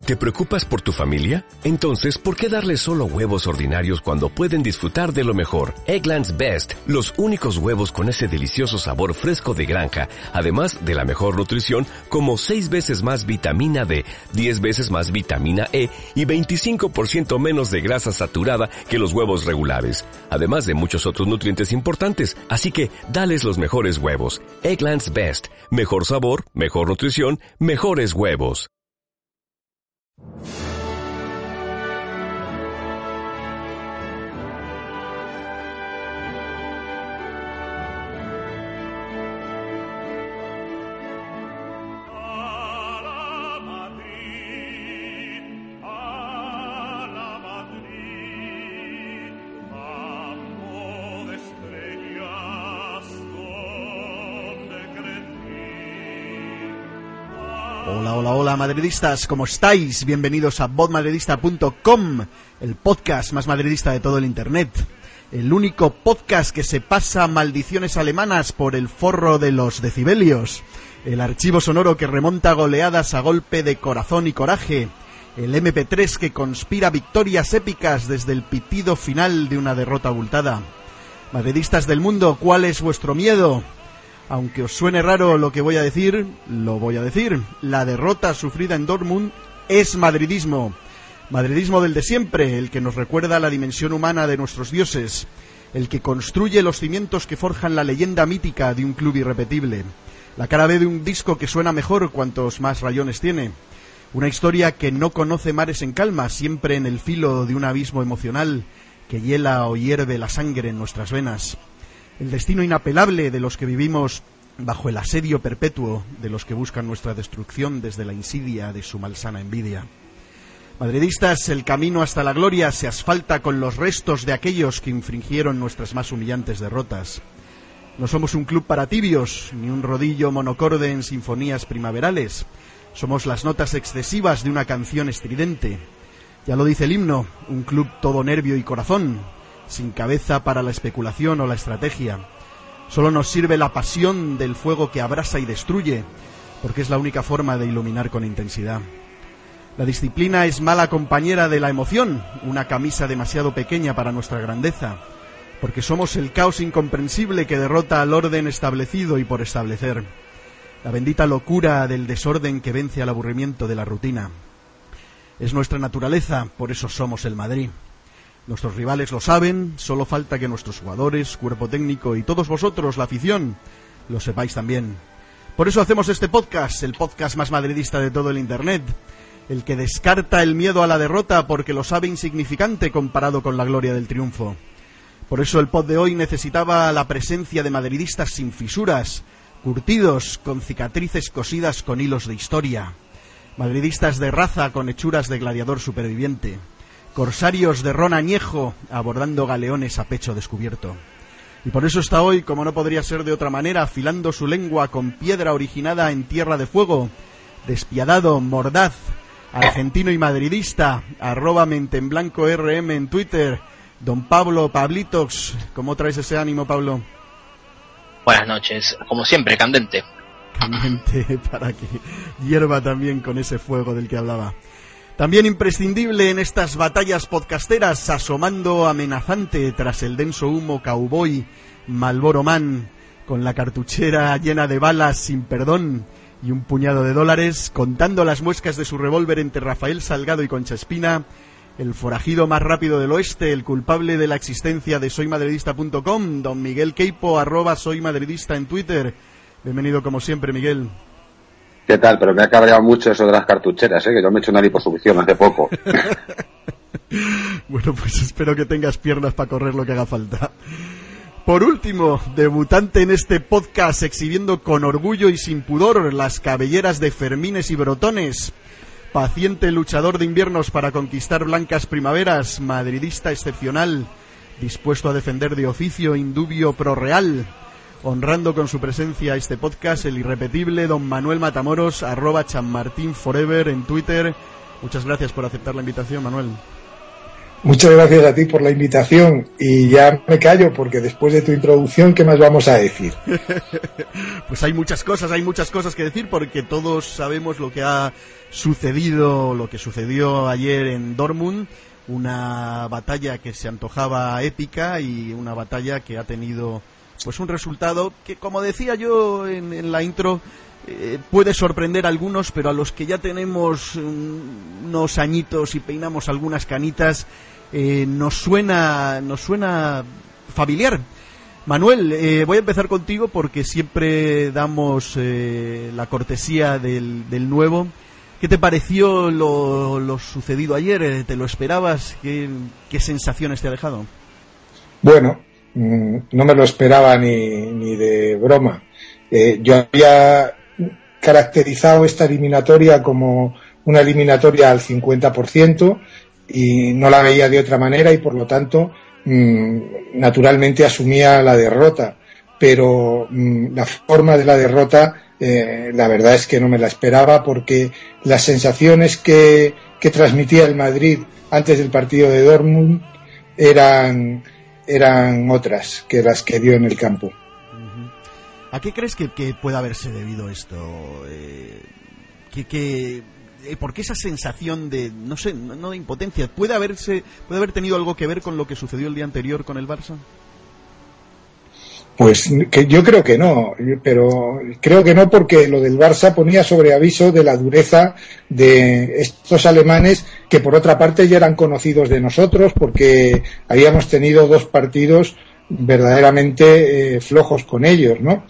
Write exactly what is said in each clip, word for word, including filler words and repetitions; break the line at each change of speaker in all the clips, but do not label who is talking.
¿Te preocupas por tu familia? Entonces, ¿por qué darles solo huevos ordinarios cuando pueden disfrutar de lo mejor? Eggland's Best, los únicos huevos con ese delicioso sabor fresco de granja, además de la mejor nutrición, como seis veces más vitamina D, diez veces más vitamina E y veinticinco por ciento menos de grasa saturada que los huevos regulares, además de muchos otros nutrientes importantes. Así que, dales los mejores huevos. Eggland's Best, mejor sabor, mejor nutrición, mejores huevos.
Hola, hola, hola, madridistas, ¿cómo estáis? Bienvenidos a voz madridista punto com, el podcast más madridista de todo el internet. El único podcast que se pasa maldiciones alemanas por el forro de los decibelios. El archivo sonoro que remonta goleadas a golpe de corazón y coraje. El eme pe tres que conspira victorias épicas desde el pitido final de una derrota abultada. Madridistas del mundo, ¿cuál es vuestro miedo? Aunque os suene raro lo que voy a decir, lo voy a decir. La derrota sufrida en Dortmund es madridismo. Madridismo del de siempre, el que nos recuerda la dimensión humana de nuestros dioses. El que construye los cimientos que forjan la leyenda mítica de un club irrepetible. La cara B de un disco que suena mejor cuantos más rayones tiene. Una historia que no conoce mares en calma, siempre en el filo de un abismo emocional que hiela o hierve la sangre en nuestras venas. El destino inapelable de los que vivimos bajo el asedio perpetuo de los que buscan nuestra destrucción desde la insidia de su malsana envidia. Madridistas, el camino hasta la gloria se asfalta con los restos de aquellos que infringieron nuestras más humillantes derrotas. No somos un club para tibios, ni un rodillo monocorde en sinfonías primaverales. Somos las notas excesivas de una canción estridente. Ya lo dice el himno, un club todo nervio y corazón, sin cabeza para la especulación o la estrategia. Solo nos sirve la pasión del fuego que abrasa y destruye, porque es la única forma de iluminar con intensidad. La disciplina es mala compañera de la emoción, una camisa demasiado pequeña para nuestra grandeza, porque somos el caos incomprensible que derrota al orden establecido y por establecer. La bendita locura del desorden que vence al aburrimiento de la rutina. Es nuestra naturaleza, por eso somos el Madrid. Nuestros rivales lo saben, solo falta que nuestros jugadores, cuerpo técnico y todos vosotros, la afición, lo sepáis también. Por eso hacemos este podcast, el podcast más madridista de todo el internet, el que descarta el miedo a la derrota porque lo sabe insignificante comparado con la gloria del triunfo. Por eso el pod de hoy necesitaba la presencia de madridistas sin fisuras, curtidos, con cicatrices cosidas con hilos de historia, madridistas de raza con hechuras de gladiador superviviente, corsarios de ron añejo abordando galeones a pecho descubierto. Y por eso está hoy, como no podría ser de otra manera, afilando su lengua con piedra originada en tierra de fuego, despiadado, mordaz, argentino y madridista, arroba mente en blanco rm en Twitter, don Pablo Pablitox. ¿Cómo traes ese ánimo, Pablo?
Buenas noches, como siempre, candente.
Candente, para que hierva también con ese fuego del que hablaba. También imprescindible en estas batallas podcasteras, asomando amenazante tras el denso humo cowboy, Marlboro Man, con la cartuchera llena de balas sin perdón y un puñado de dólares, contando las muescas de su revólver entre Rafael Salgado y Concha Espina, el forajido más rápido del oeste, el culpable de la existencia de soy madridista punto com, don Miguel Queipo, arroba soymadridista en Twitter. Bienvenido como siempre, Miguel.
¿Qué tal? Pero me ha cabreado mucho eso de las cartucheras, ¿eh? Que yo me he hecho una liposucción hace poco.
Bueno, pues espero que tengas piernas para correr lo que haga falta. Por último, debutante en este podcast, exhibiendo con orgullo y sin pudor las cabelleras de Fermines y Brotones, paciente luchador de inviernos para conquistar blancas primaveras, madridista excepcional, dispuesto a defender de oficio indubio pro real, honrando con su presencia este podcast, el irrepetible don Manuel Matamoros, arroba chanmartinforever en Twitter. Muchas gracias por aceptar la invitación, Manuel.
Muchas gracias a ti por la invitación y ya me callo porque después de tu introducción, ¿qué más vamos a decir?
Pues hay muchas cosas, hay muchas cosas que decir porque todos sabemos lo que ha sucedido, lo que sucedió ayer en Dortmund, una batalla que se antojaba épica y una batalla que ha tenido pues un resultado que, como decía yo en, en la intro, Eh, puede sorprender a algunos, pero a los que ya tenemos um, unos añitos y peinamos algunas canitas, eh, nos suena nos suena familiar. Manuel, eh, voy a empezar contigo porque siempre damos eh, la cortesía del, del nuevo. ¿Qué te pareció lo, lo sucedido ayer? ¿Te lo esperabas? ¿Qué, qué sensaciones te ha dejado?
Bueno, mmm, no me lo esperaba ni, ni de broma. Eh, yo había caracterizado esta eliminatoria como una eliminatoria al cincuenta por ciento y no la veía de otra manera y por lo tanto mmm, naturalmente asumía la derrota, pero mmm, la forma de la derrota eh, la verdad es que no me la esperaba porque las sensaciones que, que transmitía el Madrid antes del partido de Dortmund eran, eran otras que las que dio en el campo.
¿A qué crees que, que puede haberse debido esto? Eh, que, que, eh, ¿Por qué esa sensación de, no sé, no, no de impotencia? ¿Puede haberse, puede haber tenido algo que ver con lo que sucedió el día anterior con el Barça?
Pues que yo creo que no, pero creo que no porque lo del Barça ponía sobre aviso de la dureza de estos alemanes que por otra parte ya eran conocidos de nosotros porque habíamos tenido dos partidos verdaderamente eh, flojos con ellos, ¿no?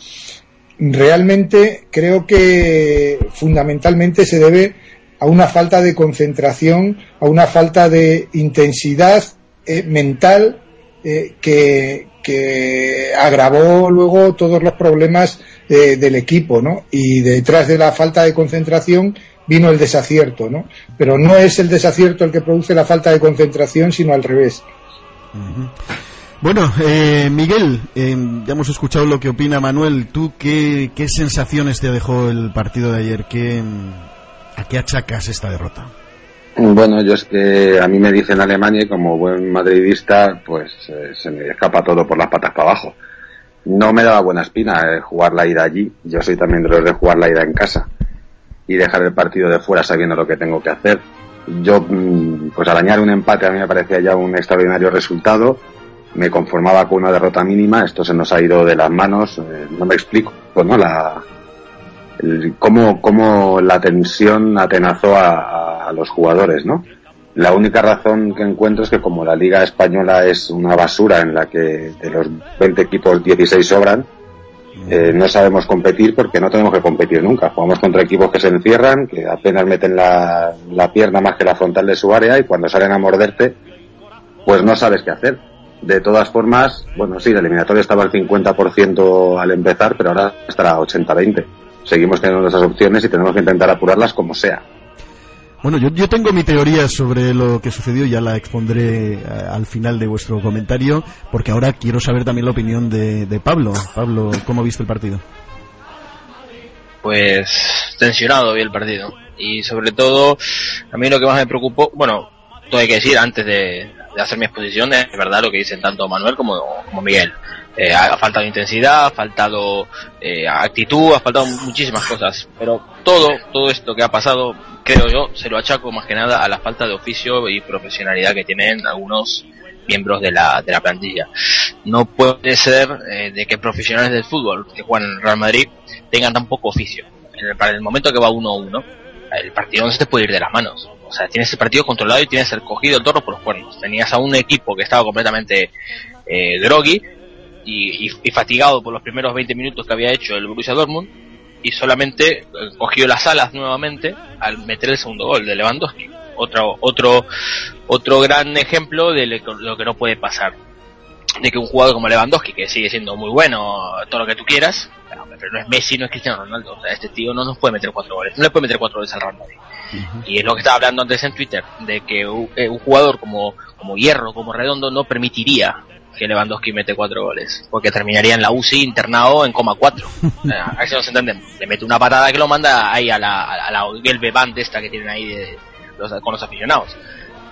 Realmente creo que fundamentalmente se debe a una falta de concentración, a una falta de intensidad eh, mental eh, que, que agravó luego todos los problemas eh, del equipo, ¿no? Y detrás de la falta de concentración vino el desacierto, ¿no? Pero no es el desacierto el que produce la falta de concentración, sino al revés.
Uh-huh. Bueno, eh, Miguel, eh, ya hemos escuchado lo que opina Manuel. ¿Tú qué, qué sensaciones te dejó el partido de ayer? ¿Qué, ¿A qué achacas esta derrota?
Bueno, yo es que a mí me dicen Alemania y como buen madridista, pues eh, se me escapa todo por las patas para abajo. No me daba buena espina eh, jugar la ida allí. Yo soy también de los de jugar la ida en casa y dejar el partido de fuera sabiendo lo que tengo que hacer. Yo, pues arañar un empate a mí me parecía ya un extraordinario resultado. Me conformaba con una derrota mínima. Esto se nos ha ido de las manos. Eh, no me explico, ¿no? La, el, cómo, cómo la tensión atenazó a, a, a los jugadores, ¿no? La única razón que encuentro es que como la Liga Española es una basura en la que de los veinte equipos dieciséis sobran, eh, no sabemos competir porque no tenemos que competir nunca. Jugamos contra equipos que se encierran, que apenas meten la, la pierna más que la frontal de su área y cuando salen a morderte, pues no sabes qué hacer. De todas formas, bueno, sí, la eliminatoria estaba al cincuenta por ciento al empezar, pero ahora estará a ochenta veinte. Seguimos teniendo nuestras opciones y tenemos que intentar apurarlas como sea.
Bueno, yo, yo tengo mi teoría sobre lo que sucedió y ya la expondré eh, al final de vuestro comentario, porque ahora quiero saber también la opinión de, de Pablo. Pablo, ¿cómo viste el partido?
Pues tensionado vi el partido y sobre todo a mí lo que más me preocupó, bueno, todo hay que decir antes de, de hacer mi exposición, es verdad lo que dicen tanto Manuel como, como Miguel. Eh, ha faltado intensidad, ha faltado eh, actitud, ha faltado muchísimas cosas, pero todo, todo esto que ha pasado, creo yo, se lo achaco más que nada a la falta de oficio y profesionalidad que tienen algunos miembros de la, de la plantilla. No puede ser eh, de que profesionales del fútbol que juegan en el Real Madrid tengan tan poco oficio. En el, para el momento que va uno a uno, el partido no se te puede ir de las manos. O sea, tienes el partido controlado y tienes el cogido el toro por los cuernos. Tenías a un equipo que estaba completamente eh, groggy y, y, y fatigado por los primeros veinte minutos que había hecho el Borussia Dortmund y solamente eh, cogió las alas nuevamente al meter el segundo gol de Lewandowski. Otro, otro, otro gran ejemplo de lo que no puede pasar. De que un jugador como Lewandowski, que sigue siendo muy bueno, todo lo que tú quieras, pero, pero no es Messi, no es Cristiano Ronaldo. O sea, este tío no nos puede meter cuatro goles, no le puede meter cuatro goles al Real Madrid. Uh-huh. Y es lo que estaba hablando antes en Twitter, de que un, eh, un jugador como, como Hierro, como Redondo, no permitiría que Lewandowski mete cuatro goles, porque terminaría en la U C I internado en coma cuatro. A ver si nos entendemos. Le mete una patada que lo manda ahí a la, a la Gelbe Band esta que tienen ahí de, los, con los aficionados.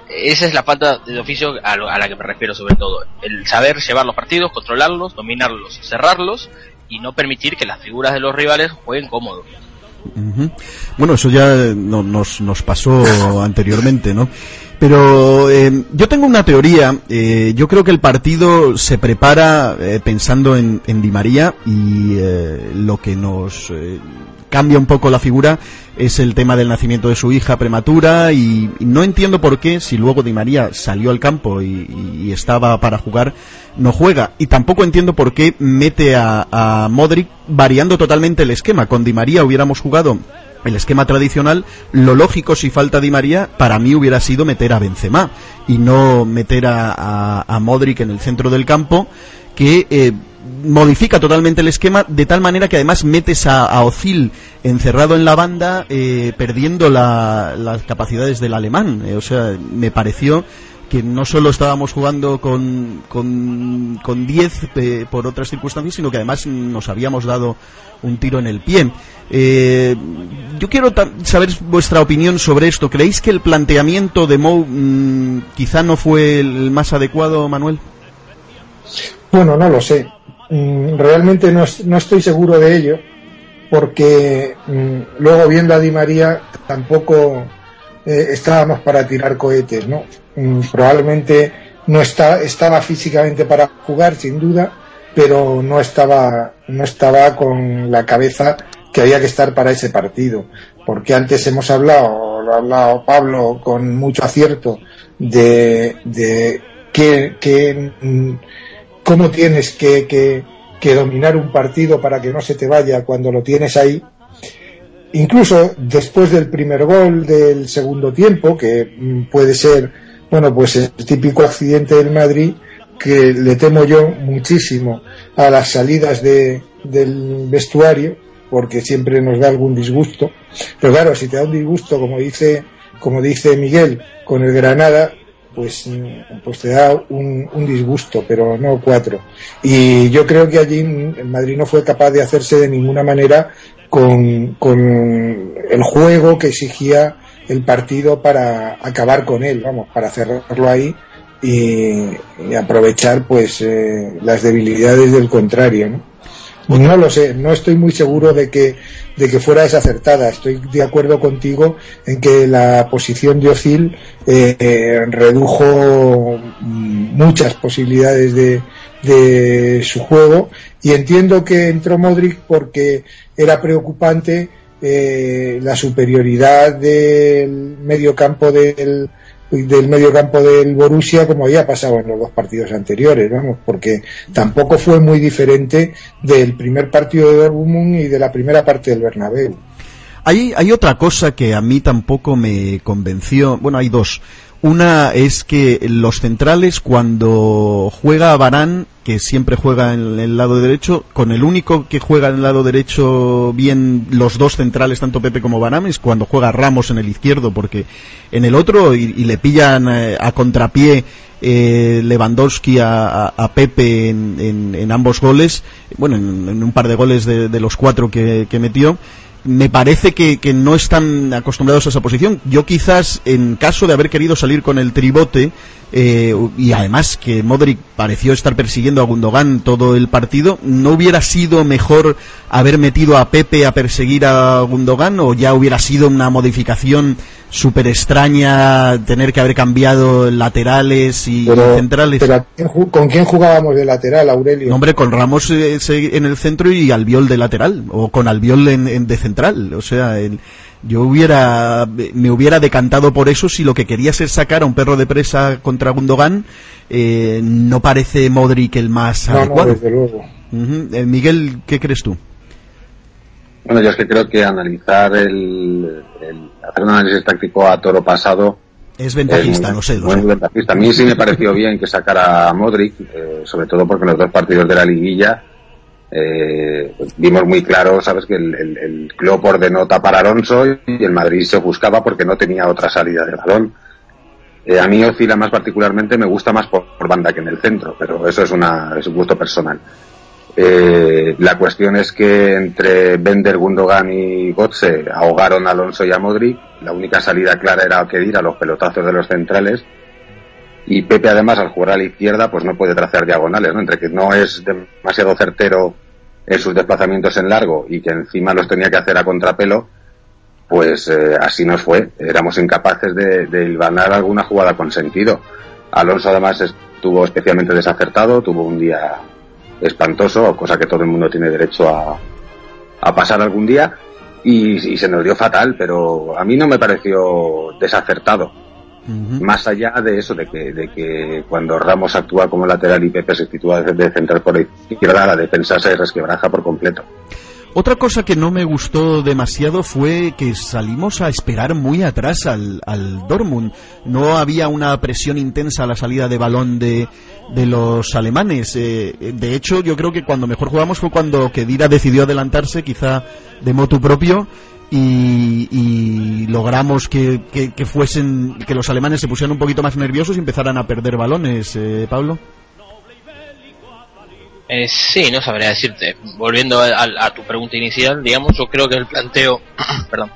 esa es la falta de oficio a, lo, a la que me refiero sobre todo. El saber llevar los partidos, controlarlos, dominarlos, cerrarlos y no permitir que las figuras de los rivales jueguen cómodo.
Uh-huh. Bueno, eso ya no, nos, nos pasó anteriormente, ¿no? Pero eh, yo tengo una teoría. Eh, yo creo que el partido se prepara eh, pensando en, en Di María y eh, lo que nos eh, cambia un poco la figura es el tema del nacimiento de su hija prematura y, y no entiendo por qué, si luego Di María salió al campo y, y estaba para jugar, no juega. Y tampoco entiendo por qué mete a, a Modric variando totalmente el esquema. Con Di María hubiéramos jugado el esquema tradicional. Lo lógico, si falta Di María, para mí hubiera sido meter a Benzema y no meter a, a, a Modric en el centro del campo, que eh, modifica totalmente el esquema, de tal manera que además metes a, a Özil encerrado en la banda, eh, perdiendo la, las capacidades del alemán. Eh, o sea, me pareció que no solo estábamos jugando con con con diez eh, por otras circunstancias, sino que además nos habíamos dado un tiro en el pie. Eh, yo quiero ta- saber vuestra opinión sobre esto. ¿Creéis que el planteamiento de Mou mmm, quizá no fue el más adecuado, Manuel?
Bueno, no lo sé. Realmente no, no estoy seguro de ello, porque mmm, luego viendo a Di María tampoco eh, estábamos para tirar cohetes, ¿no? Mm, probablemente no está, estaba físicamente para jugar, sin duda, pero no estaba, no estaba con la cabeza que había que estar para ese partido, porque antes hemos hablado, lo ha hablado Pablo con mucho acierto, de, de que, que cómo tienes que, que, que dominar un partido para que no se te vaya cuando lo tienes ahí. Incluso después del primer gol del segundo tiempo, que puede ser, bueno, pues el típico accidente del Madrid, que le temo yo muchísimo a las salidas de, del vestuario, porque siempre nos da algún disgusto. Pero claro, si te da un disgusto, como dice, como dice Miguel, con el Granada, pues, pues te da un, un disgusto, pero no cuatro. Y yo creo que allí el Madrid no fue capaz de hacerse de ninguna manera con, con el juego que exigía el partido para acabar con él, vamos, para cerrarlo ahí y, y aprovechar pues eh, las debilidades del contrario, ¿no? No lo sé, no estoy muy seguro de que de que fuera desacertada. Estoy de acuerdo contigo en que la posición de Özil eh, eh, redujo muchas posibilidades de, de su juego, y entiendo que entró Modric porque era preocupante eh, la superioridad del mediocampo del del medio campo del Borussia, como había pasado en los dos partidos anteriores, vamos, porque tampoco fue muy diferente del primer partido de Dortmund y de la primera parte del Bernabéu.
Hay, hay otra cosa que a mí tampoco me convenció. Bueno, hay dos. Una es que los centrales, cuando juega Varane, que siempre juega en el lado derecho, con el único que juega en el lado derecho bien los dos centrales, tanto Pepe como Varane, es cuando juega Ramos en el izquierdo, porque en el otro, y, y le pillan eh, a contrapié eh, Lewandowski a, a, a Pepe en, en, en ambos goles, bueno, en, en un par de goles de, de los cuatro que, que metió. Me parece que, que no están acostumbrados a esa posición. Yo quizás, en caso de haber querido salir con el tribote, eh, y además que Modric pareció estar persiguiendo a Gundogan todo el partido, ¿no hubiera sido mejor haber metido a Pepe a perseguir a Gundogan, o ya hubiera sido una modificación súper extraña tener que haber cambiado laterales y
pero,
centrales?
Pero ¿con quién jugábamos de lateral, Aurelio?
No, hombre, con Ramos eh, en el centro y Albiol de lateral, o con Albiol en, en de central. O sea, el, yo hubiera me hubiera decantado por eso si lo que querías es sacar a un perro de presa contra Gundogan. Eh, no parece Modric el más
no,
adecuado.
No, desde luego.
Uh-huh. Eh, Miguel, ¿qué crees tú?
Bueno, yo es que creo que analizar el, el hacer un análisis táctico a toro pasado
es ventajista,
es muy,
lo sé, lo
muy
sé.
ventajista. A mí sí me pareció bien que sacara a Modric, eh, sobre todo porque en los dos partidos de la liguilla eh, vimos muy claro, sabes, que el, el, el Klopp ordenó tapar a Alonso y el Madrid se buscaba porque no tenía otra salida de balón. Eh, a mí Özil más particularmente me gusta más por, por banda que en el centro, pero eso es una es un gusto personal. Eh, la cuestión es que entre Bender, Gundogan y Götze ahogaron a Alonso y a Modric. La única salida clara era Khedira a los pelotazos de los centrales, y Pepe además al jugar a la izquierda pues no puede trazar diagonales, ¿no? Entre que no es demasiado certero en sus desplazamientos en largo y que encima los tenía que hacer a contrapelo, pues eh, así nos fue. Éramos incapaces de, de hilvanar alguna jugada con sentido. Alonso además estuvo especialmente desacertado, tuvo un día espantoso, cosa que todo el mundo tiene derecho a, a pasar algún día, y, y se nos dio fatal, pero a mí no me pareció desacertado. Uh-huh. Más allá de eso, de que, de que cuando Ramos actúa como lateral y Pepe se sitúa de central por la izquierda, la defensa se resquebraja por completo.
Otra cosa que no me gustó demasiado fue que salimos a esperar muy atrás al, al Dortmund. No había una presión intensa a la salida de balón de, de los alemanes. Eh, de hecho, yo creo que cuando mejor jugamos fue cuando Khedira decidió adelantarse, quizá de motu propio, y, y logramos que, que, que fuesen, que los alemanes se pusieran un poquito más nerviosos y empezaran a perder balones. Eh, Pablo.
Eh, sí, no sabría decirte. Volviendo a, a, a tu pregunta inicial, digamos, yo creo que el planteo, perdón,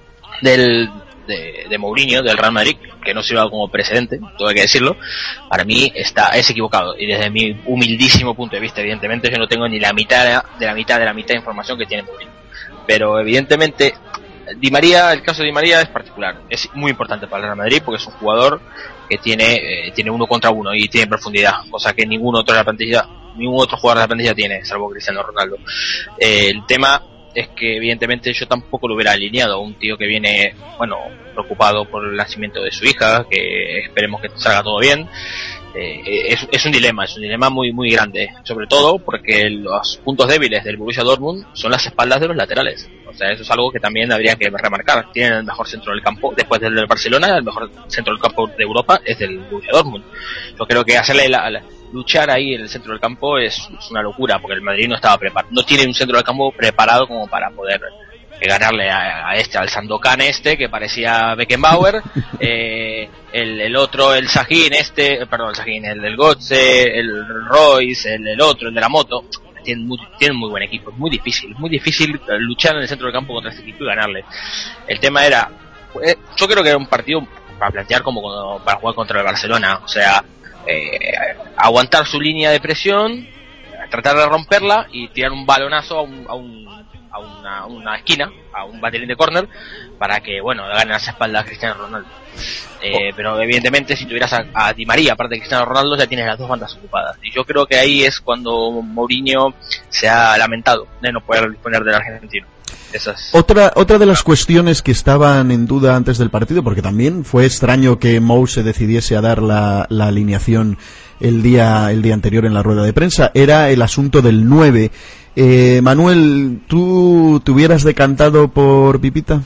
del de, de Mourinho, del Real Madrid, que no sirva como precedente, todo hay que decirlo, para mí está es equivocado, y desde mi humildísimo punto de vista, evidentemente, yo no tengo ni la mitad de la mitad de la mitad de información que tiene Mourinho, pero evidentemente Di María, el caso de Di María es particular, es muy importante para el Real Madrid porque es un jugador que tiene eh, tiene uno contra uno y tiene profundidad, cosa que ningún otro de la plantilla ningún otro jugador de la plantilla tiene, salvo Cristiano Ronaldo. Eh, el tema es que evidentemente yo tampoco lo hubiera alineado, un tío que viene, bueno, preocupado por el nacimiento de su hija, que esperemos que salga todo bien. Eh, es, es un dilema, es un dilema muy muy grande, sobre todo porque los puntos débiles del Borussia Dortmund son las espaldas de los laterales. O sea, eso es algo que también habría que remarcar. Tienen el mejor centro del campo, después del del Barcelona, el mejor centro del campo de Europa es del Borussia Dortmund. Yo creo que hacerle la, la, luchar ahí en el centro del campo es, es una locura, porque el Madrid no estaba preparado, no tiene un centro del campo preparado como para poder eh, ganarle a, a este, al Sandokan este, que parecía Beckenbauer, eh, el, el otro, el Sahin este, eh, perdón, el Sahin, el del Götze, el Royce, el, el otro, el de la moto. Tienen muy, tienen muy buen equipo, es muy difícil, muy difícil luchar en el centro del campo contra este equipo y ganarle. El tema era, eh, yo creo que era un partido para plantear como cuando, para jugar contra el Barcelona, o sea, eh, aguantar su línea de presión, tratar de romperla y tirar un balonazo a un, a un a una, una esquina, a un batilín de córner, para que, bueno, ganen las espaldas a Cristiano Ronaldo. Eh, pero evidentemente si tuvieras a, a Di María aparte de Cristiano Ronaldo, ya tienes las dos bandas ocupadas, y yo creo que ahí es cuando Mourinho se ha lamentado de no poder disponer del argentino. Esas... Otra
otra de las cuestiones que estaban en duda antes del partido, porque también fue extraño que Mou se decidiese a dar la, la alineación el día el día anterior en la rueda de prensa, era el asunto del nueve. Eh, Manuel, ¿tú te hubieras decantado por Pipita?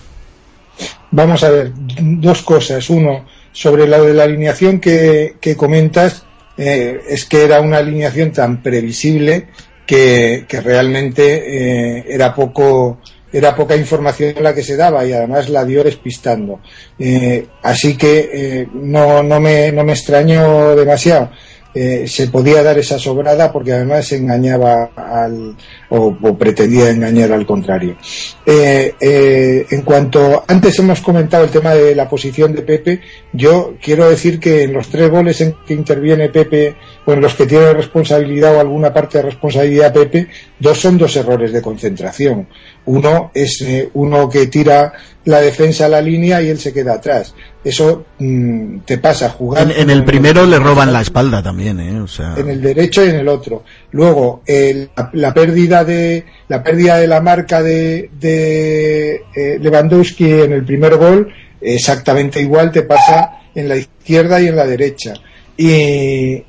Vamos a ver, dos cosas. Uno, sobre la de la alineación que, que comentas, eh, es que era una alineación tan previsible que, que realmente eh, era poco era poca información la que se daba, y además la dio despistando. Eh, así que eh, no, no me, no me extrañó demasiado. Eh, se podía dar esa sobrada porque además engañaba al o, o pretendía engañar al contrario. Eh, eh, en cuanto antes hemos comentado el tema de la posición de Pepe, yo quiero decir que en los tres goles en que interviene Pepe, o en los que tiene responsabilidad o alguna parte de responsabilidad Pepe, dos son dos errores de concentración. Uno es eh, uno que tira la defensa a la línea y él se queda atrás. Eso mmm, te pasa jugando.
En, en el primero le roban la espalda también, ¿eh? O sea...
En el derecho y en el otro. Luego, el, la, la pérdida de la pérdida de la marca de, de eh, Lewandowski en el primer gol, exactamente igual te pasa en la izquierda y en la derecha. Y,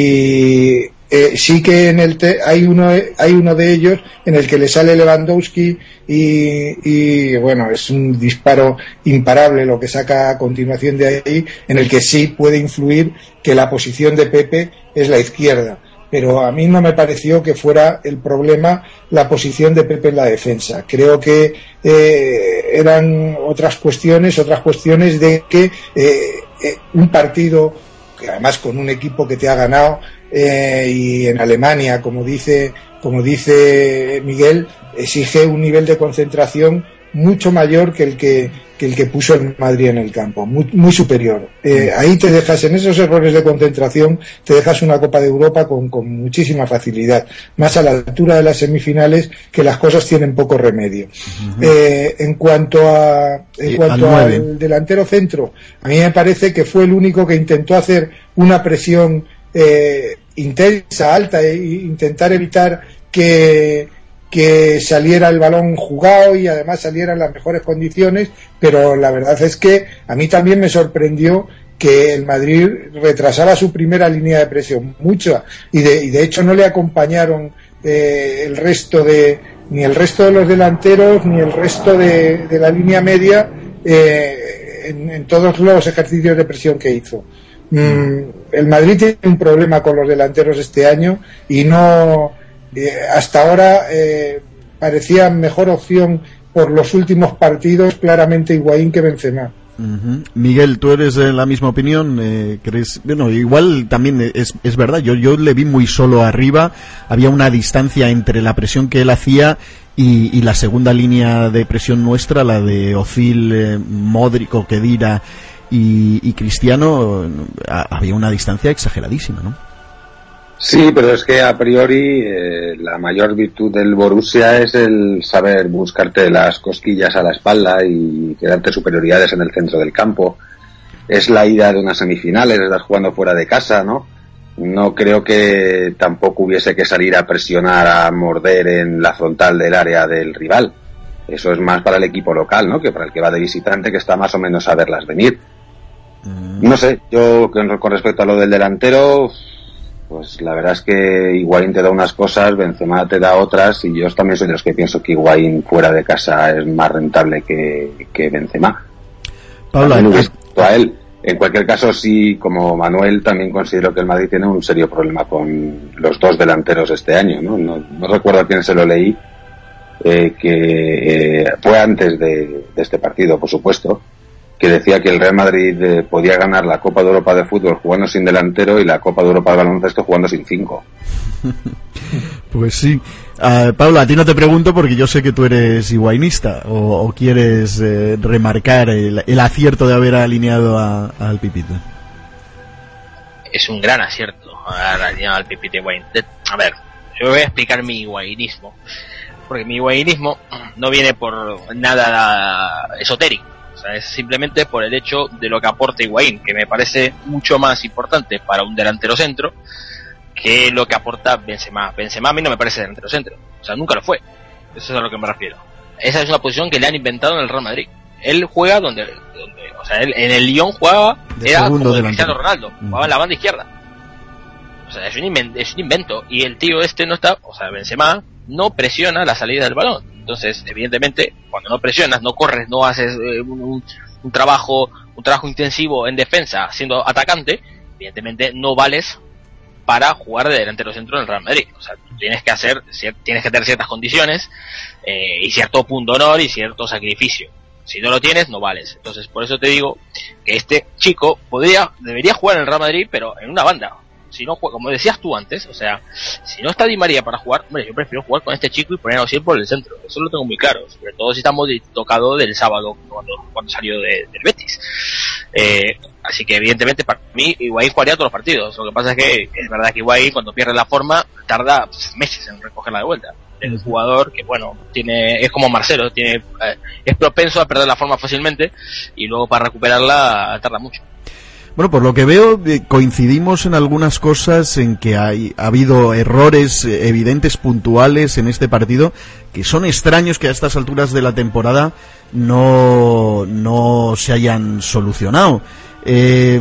y eh, sí que en el te, hay uno hay uno de ellos en el que le sale Lewandowski y, y bueno, es un disparo imparable lo que saca a continuación de ahí, en el que sí puede influir que la posición de Pepe es la izquierda, pero a mí no me pareció que fuera el problema la posición de Pepe en la defensa. Creo que eh, eran otras cuestiones otras cuestiones de que eh, eh, un partido, que además con un equipo que te ha ganado, eh, y en Alemania, como dice como dice Miguel, exige un nivel de concentración mucho mayor que el que, que el que puso el Madrid en el campo, muy, muy superior. Eh, ahí te dejas, en esos errores de concentración, te dejas una Copa de Europa con, con muchísima facilidad, más a la altura de las semifinales, que las cosas tienen poco remedio. Uh-huh. Eh, en cuanto a, en sí, cuanto al, al delantero centro, a mí me parece que fue el único que intentó hacer una presión eh, intensa, alta, e intentar evitar que que saliera el balón jugado y además saliera en las mejores condiciones, pero la verdad es que a mí también me sorprendió que el Madrid retrasaba su primera línea de presión mucho, y de, y de hecho no le acompañaron eh, el resto de ni el resto de los delanteros ni el resto de, de la línea media eh, en, en todos los ejercicios de presión que hizo. Mm, el Madrid tiene un problema con los delanteros este año y no Eh, hasta ahora eh, parecía mejor opción por los últimos partidos claramente Higuaín que Benzema.
Uh-huh. Miguel, ¿tú eres de la misma opinión? Eh, ¿crees? Bueno, igual también es, es verdad, yo, yo le vi muy solo arriba, había una distancia entre la presión que él hacía y, y la segunda línea de presión nuestra, la de Ozil, eh, Modric, Khedira y, y Cristiano, a, había una distancia exageradísima, ¿no?
Sí, pero es que a priori eh, la mayor virtud del Borussia es el saber buscarte las cosquillas a la espalda y quedarte superioridades en el centro del campo. Es la ida de unas semifinales, estás jugando fuera de casa, ¿no? No creo que tampoco hubiese que salir a presionar, a morder en la frontal del área del rival. Eso es más para el equipo local, ¿no? Que para el que va de visitante, que está más o menos a verlas venir. No sé, yo con respecto a lo del delantero, pues la verdad es que Higuaín te da unas cosas, Benzema te da otras, y yo también soy de los que pienso que Higuaín fuera de casa es más rentable que, que Benzema.
Paula,
a él. En cualquier caso, sí, como Manuel, también considero que el Madrid tiene un serio problema con los dos delanteros este año, ¿no? No, no recuerdo a quién se lo leí, eh, que eh, fue antes de, de este partido, por supuesto, que decía que el Real Madrid eh, podía ganar la Copa de Europa de fútbol jugando sin delantero y la Copa de Europa de baloncesto jugando sin cinco.
Pues sí. Uh, Paula, a ti no te pregunto porque yo sé que tú eres higuainista, o, o quieres eh, remarcar el, el acierto de haber alineado a, a al Pipita.
Es un gran acierto haber alineado al Pipita Higuaín. A ver, yo voy a explicar mi higuainismo, porque mi higuainismo no viene por nada esotérico. O sea, es simplemente por el hecho de lo que aporta Higuaín, que me parece mucho más importante para un delantero centro que lo que aporta Benzema. Benzema a mí no me parece delantero centro, o sea, nunca lo fue. Eso es a lo que me refiero. Esa es una posición que le han inventado en el Real Madrid. Él juega donde, donde o sea, él en el Lyon jugaba, de era como de Cristiano Ronaldo, jugaba en la banda izquierda. O sea, es un, invento, es un invento, y el tío este no está, o sea, Benzema no presiona la salida del balón. Entonces, evidentemente, cuando no presionas, no corres, no haces eh, un, un trabajo un trabajo intensivo en defensa siendo atacante, evidentemente no vales para jugar de delantero centro en el Real Madrid. O sea, tú tienes que hacer, tienes que tener ciertas condiciones eh, y cierto punto honor y cierto sacrificio. Si no lo tienes, no vales. Entonces, por eso te digo que este chico podría, debería jugar en el Real Madrid, pero en una banda. Si no juega, como decías tú antes, o sea, si no está Di María para jugar, hombre, yo prefiero jugar con este chico y ponerlo siempre por el centro. Eso lo tengo muy claro, sobre todo si estamos tocado del sábado cuando, cuando salió de, del Betis. Eh, así que evidentemente para mí Higuaín jugaría todos los partidos. Lo que pasa es que es verdad que Higuaín cuando pierde la forma tarda pff, meses en recogerla de vuelta. Es un jugador que, bueno, tiene es como Marcelo, tiene eh, es propenso a perder la forma fácilmente y luego para recuperarla tarda mucho.
Bueno, por lo que veo, eh, coincidimos en algunas cosas, en que hay, ha habido errores eh, evidentes, puntuales en este partido, que son extraños que a estas alturas de la temporada no, no se hayan solucionado. Eh,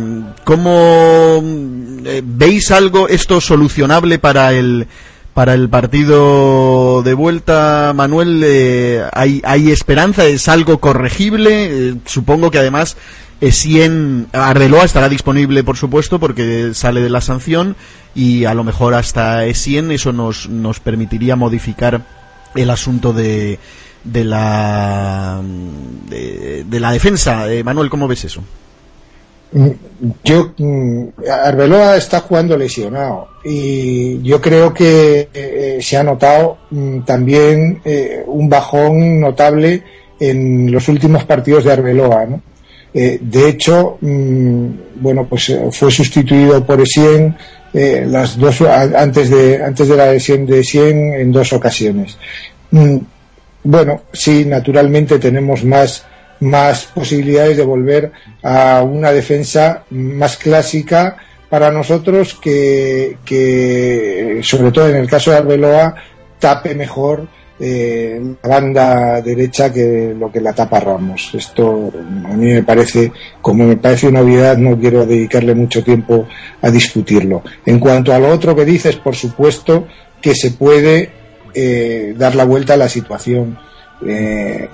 ¿Cómo eh, veis algo esto solucionable para el para el partido de vuelta, Manuel? Eh, ¿hay, hay esperanza? ¿Es algo corregible? Eh, supongo que además Essien, Arbeloa estará disponible, por supuesto, porque sale de la sanción, y a lo mejor hasta Essien eso nos nos permitiría modificar el asunto de de la de, de la defensa. Eh, Manuel, ¿cómo ves eso?
Yo, Arbeloa está jugando lesionado y yo creo que eh, se ha notado mm, también eh, un bajón notable en los últimos partidos de Arbeloa, ¿no? Eh, de hecho, mmm, bueno, pues eh, fue sustituido por Essien eh, las dos antes de antes de la lesión de Essien en dos ocasiones. Mm, bueno, sí, naturalmente tenemos más más posibilidades de volver a una defensa más clásica para nosotros que, que sobre todo en el caso de Arbeloa tape mejor eh, la banda derecha que lo que la tapa Ramos. Esto a mí me parece, como me parece una obviedad, no quiero dedicarle mucho tiempo a discutirlo. En cuanto a lo otro que dices, por supuesto que se puede eh, dar la vuelta a la situación. Eh,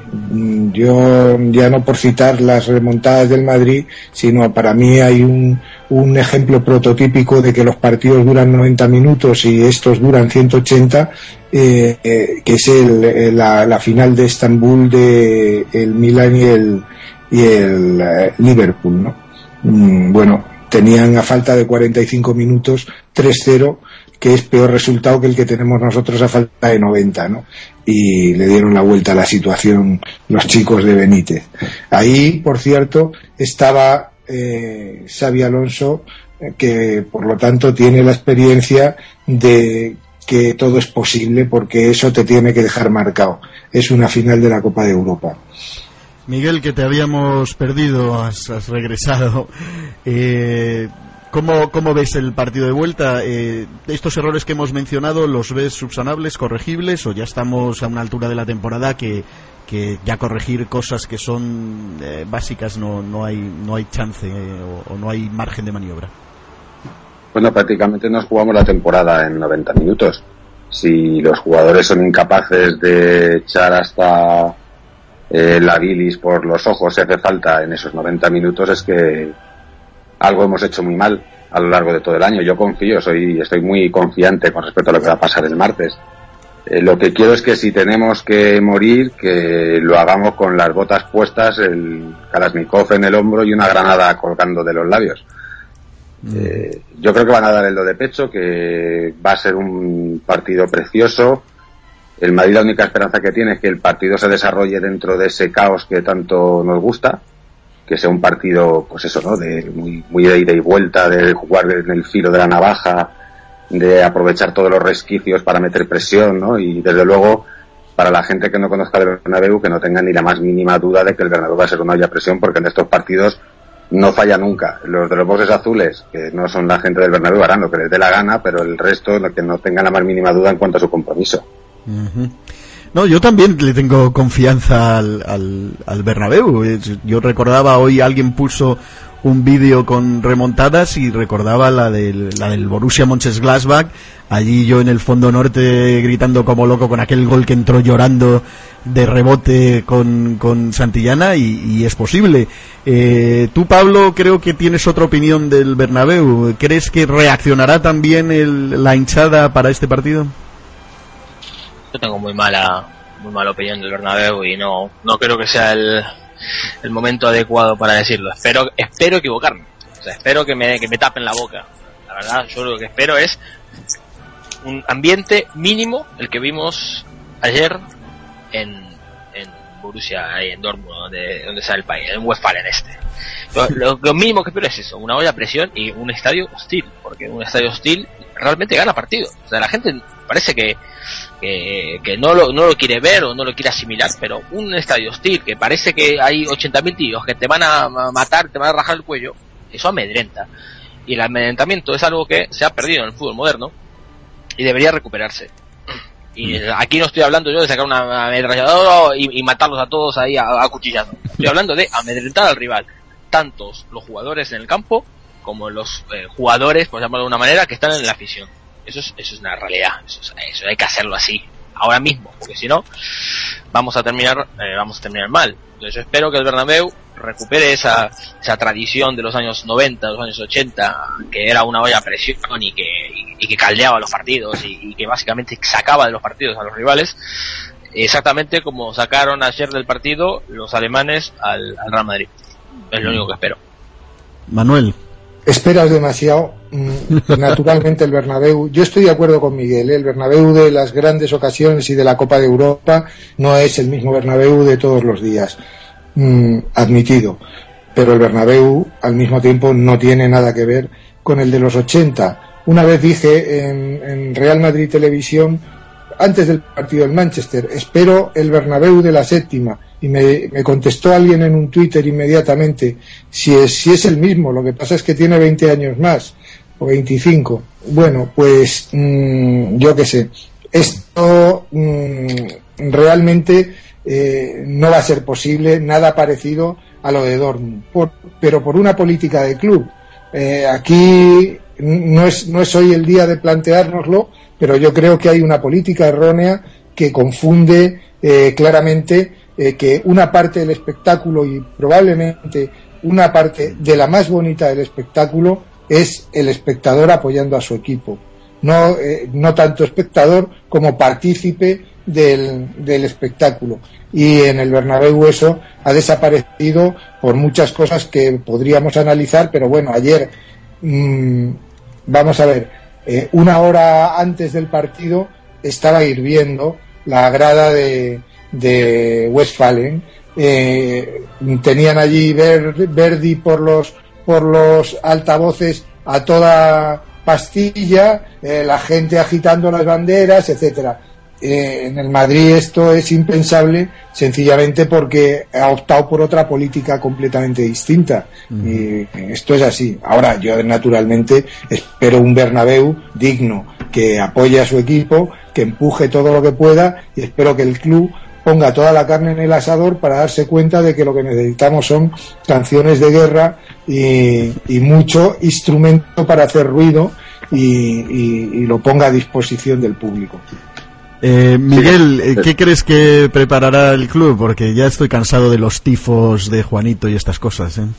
yo ya no por citar las remontadas del Madrid, sino para mí hay un, un ejemplo prototípico de que los partidos duran noventa minutos y estos duran ciento ochenta, eh, eh, que es el, la, la final de Estambul de el Milan y el, y el eh, Liverpool, ¿no? Mm, bueno, tenían a falta de cuarenta y cinco minutos tres cero, que es peor resultado que el que tenemos nosotros a falta de noventa, ¿no? Y le dieron la vuelta a la situación los chicos de Benítez. Ahí, por cierto, estaba eh, Xabi Alonso, eh, que por lo tanto tiene la experiencia de que todo es posible, porque eso te tiene que dejar marcado. Es una final de la Copa de Europa.
Miguel, que te habíamos perdido, has, has regresado. Eh... ¿Cómo, ¿Cómo ves el partido de vuelta? Eh, ¿Estos errores que hemos mencionado los ves subsanables, corregibles, o ya estamos a una altura de la temporada que, que ya corregir cosas que son eh, básicas no, no hay no hay chance eh, o, o no hay margen de maniobra?
Bueno, prácticamente nos jugamos la temporada en noventa minutos. Si los jugadores son incapaces de echar hasta eh, la bilis por los ojos si hace falta en esos noventa minutos, es que algo hemos hecho muy mal a lo largo de todo el año. Yo confío, soy estoy muy confiante con respecto a lo que va a pasar el martes. Eh, lo que quiero es que si tenemos que morir, que lo hagamos con las botas puestas, el Kalashnikov en el hombro y una granada colgando de los labios. Mm. Eh, yo creo que van a dar el do de pecho, que va a ser un partido precioso. El Madrid, la única esperanza que tiene es que el partido se desarrolle dentro de ese caos que tanto nos gusta, que sea un partido, pues eso, ¿no?, de muy, muy de ida y vuelta, de jugar en el filo de la navaja, de aprovechar todos los resquicios para meter presión, ¿no? Y desde luego, para la gente que no conozca el Bernabéu, que no tenga ni la más mínima duda de que el Bernabéu va a ser una olla a presión, porque en estos partidos no falla nunca. Los de los boxes azules, que no son la gente del Bernabéu, harán lo que les dé la gana, pero el resto, que no tengan la más mínima duda en cuanto a su compromiso.
Uh-huh. No, yo también le tengo confianza al, al, al Bernabéu. Yo recordaba, hoy alguien puso un vídeo con remontadas y recordaba la del, la del Borussia Mönchengladbach, allí yo en el fondo norte gritando como loco con aquel gol que entró llorando de rebote con, con Santillana, y, y es posible. Eh, tú, Pablo, creo que tienes otra opinión del Bernabéu. ¿Crees que reaccionará también el, la hinchada para este partido?
Yo tengo muy mala muy mala opinión del Bernabéu y no no creo que sea el, el momento adecuado para decirlo. Espero espero equivocarme. O sea, espero que me que me tapen la boca. La verdad, yo lo que espero es un ambiente mínimo el que vimos ayer en en Borussia, ahí en Dortmund, donde donde sale el país, en Westfalen este. Lo, lo, lo mínimo que espero es eso, una olla a presión y un estadio hostil, porque un estadio hostil realmente gana partido. O sea, la gente parece que que, que no lo no lo quiere ver o no lo quiere asimilar, pero un estadio hostil que parece que hay ochenta mil tíos que te van a matar, te van a rajar el cuello, eso amedrenta. Y el amedrentamiento es algo que se ha perdido en el fútbol moderno y debería recuperarse. Y aquí no estoy hablando yo de sacar una ametralladora y, y matarlos a todos ahí a, a cuchillazo. Estoy hablando de amedrentar al rival, tantos los jugadores en el campo como los eh, jugadores, por llamarlo de una manera, que están en la afición. Eso es, eso es una realidad, eso, es, eso hay que hacerlo así, ahora mismo, porque si no, vamos a terminar, eh, vamos a terminar mal. Entonces yo espero que el Bernabéu recupere esa, esa tradición de los años noventa, de los años ochenta, que era una olla a presión y que, y, y que caldeaba los partidos y, y que básicamente sacaba de los partidos a los rivales, exactamente como sacaron ayer del partido los alemanes al, al Real Madrid. Es lo único que espero.
Manuel.
Esperas demasiado. Naturalmente el Bernabéu, yo estoy de acuerdo con Miguel, ¿eh? El Bernabéu de las grandes ocasiones y de la Copa de Europa no es el mismo Bernabéu de todos los días, mm, admitido, pero el Bernabéu al mismo tiempo no tiene nada que ver con el de los ochenta. Una vez dije en, en Real Madrid Televisión, antes del partido del Manchester, espero el Bernabéu de la séptima, y me, me contestó alguien en un Twitter inmediatamente, si es, si es el mismo, lo que pasa es que tiene veinte años más, o veinticinco. Bueno, pues mmm, yo qué sé, esto mmm, realmente eh, no va a ser posible, nada parecido a lo de Dortmund, por, pero por una política de club. Eh, aquí no es, no es hoy el día de planteárnoslo, pero yo creo que hay una política errónea que confunde eh, claramente eh, que una parte del espectáculo y probablemente una parte de la más bonita del espectáculo es el espectador apoyando a su equipo, no, eh, no tanto espectador como partícipe del, del espectáculo. Y en el Bernabéu eso ha desaparecido por muchas cosas que podríamos analizar, pero bueno, ayer mmm, vamos a ver, eh, una hora antes del partido estaba hirviendo la grada de, de Westfalen, eh, tenían allí Ver, Verdi por los por los altavoces a toda pastilla, eh, la gente agitando las banderas, etcétera. Eh, en el Madrid esto es impensable, sencillamente porque ha optado por otra política completamente distinta. Uh-huh. Y esto es así. Ahora, yo naturalmente espero un Bernabéu digno, que apoye a su equipo, que empuje todo lo que pueda, y espero que el club ponga toda la carne en el asador para darse cuenta de que lo que necesitamos son canciones de guerra y, y mucho instrumento para hacer ruido, y, y, y lo ponga a disposición del público.
Eh, Miguel, ¿qué crees que preparará el club? Porque ya estoy cansado de los tifos de Juanito y estas cosas, ¿eh?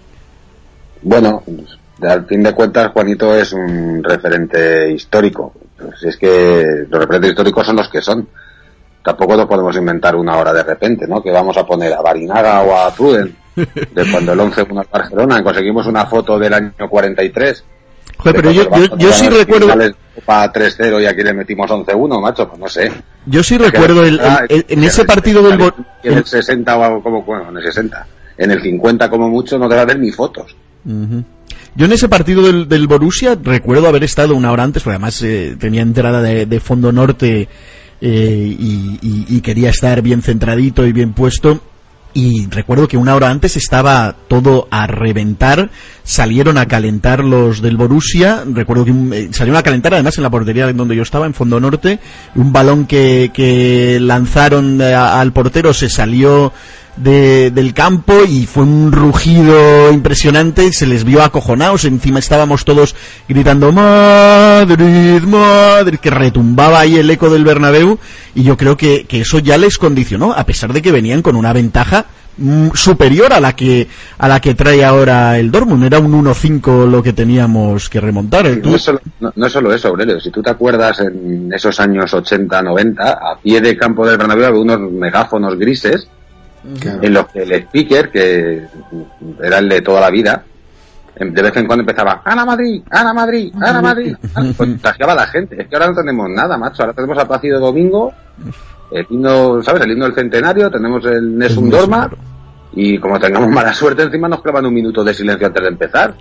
Bueno, al fin de cuentas Juanito es un referente histórico. Si es que los referentes históricos son los que son. Tampoco nos podemos inventar una hora de repente, ¿no? Que vamos a poner a Barinaga o a Truden de cuando el once uno al Barcelona, conseguimos una foto del año cuarenta y tres.
Joder, pero yo, yo, yo sí recuerdo
para tres cero y aquí le metimos once uno, macho, pues no sé.
Yo sí recuerdo el, el, el, en ese partido del Bor...
en el sesenta o como bueno, en el sesenta, en el cincuenta como mucho no te va a ver ni fotos.
Uh-huh. Yo en ese partido del, del Borussia recuerdo haber estado una hora antes, porque además eh, tenía entrada de, de fondo norte eh, y, y, y quería estar bien centradito y bien puesto. Y recuerdo que una hora antes estaba todo a reventar, salieron a calentar los del Borussia, recuerdo que un, eh, salieron a calentar además en la portería donde yo estaba, en Fondo Norte, un balón que, que lanzaron a, al portero se salió de, del campo y fue un rugido impresionante, se les vio acojonados, encima estábamos todos gritando Madrid, Madrid, que retumbaba ahí el eco del Bernabéu, y yo creo que, que eso ya les condicionó, a pesar de que venían con una ventaja mm, superior a la que a la que trae ahora el Dortmund. Era un uno cinco lo que teníamos que remontar.
Sí, no, es solo, no, no es solo eso, Aurelio, si tú te acuerdas en esos años ochenta noventa, a pie de campo del Bernabéu había unos megáfonos grises. Claro. En los que el speaker, que era el de toda la vida, de vez en cuando empezaba ¡Ana Madrid! ¡Ana Madrid! ¡Ana Madrid! Contagiaba a la gente. Es que ahora no tenemos nada, macho. Ahora tenemos a Plácido Domingo, el himno, ¿sabes? El himno del centenario, tenemos el Nessun Dorma, y como tengamos mala suerte, encima nos clavan un minuto de silencio antes de empezar.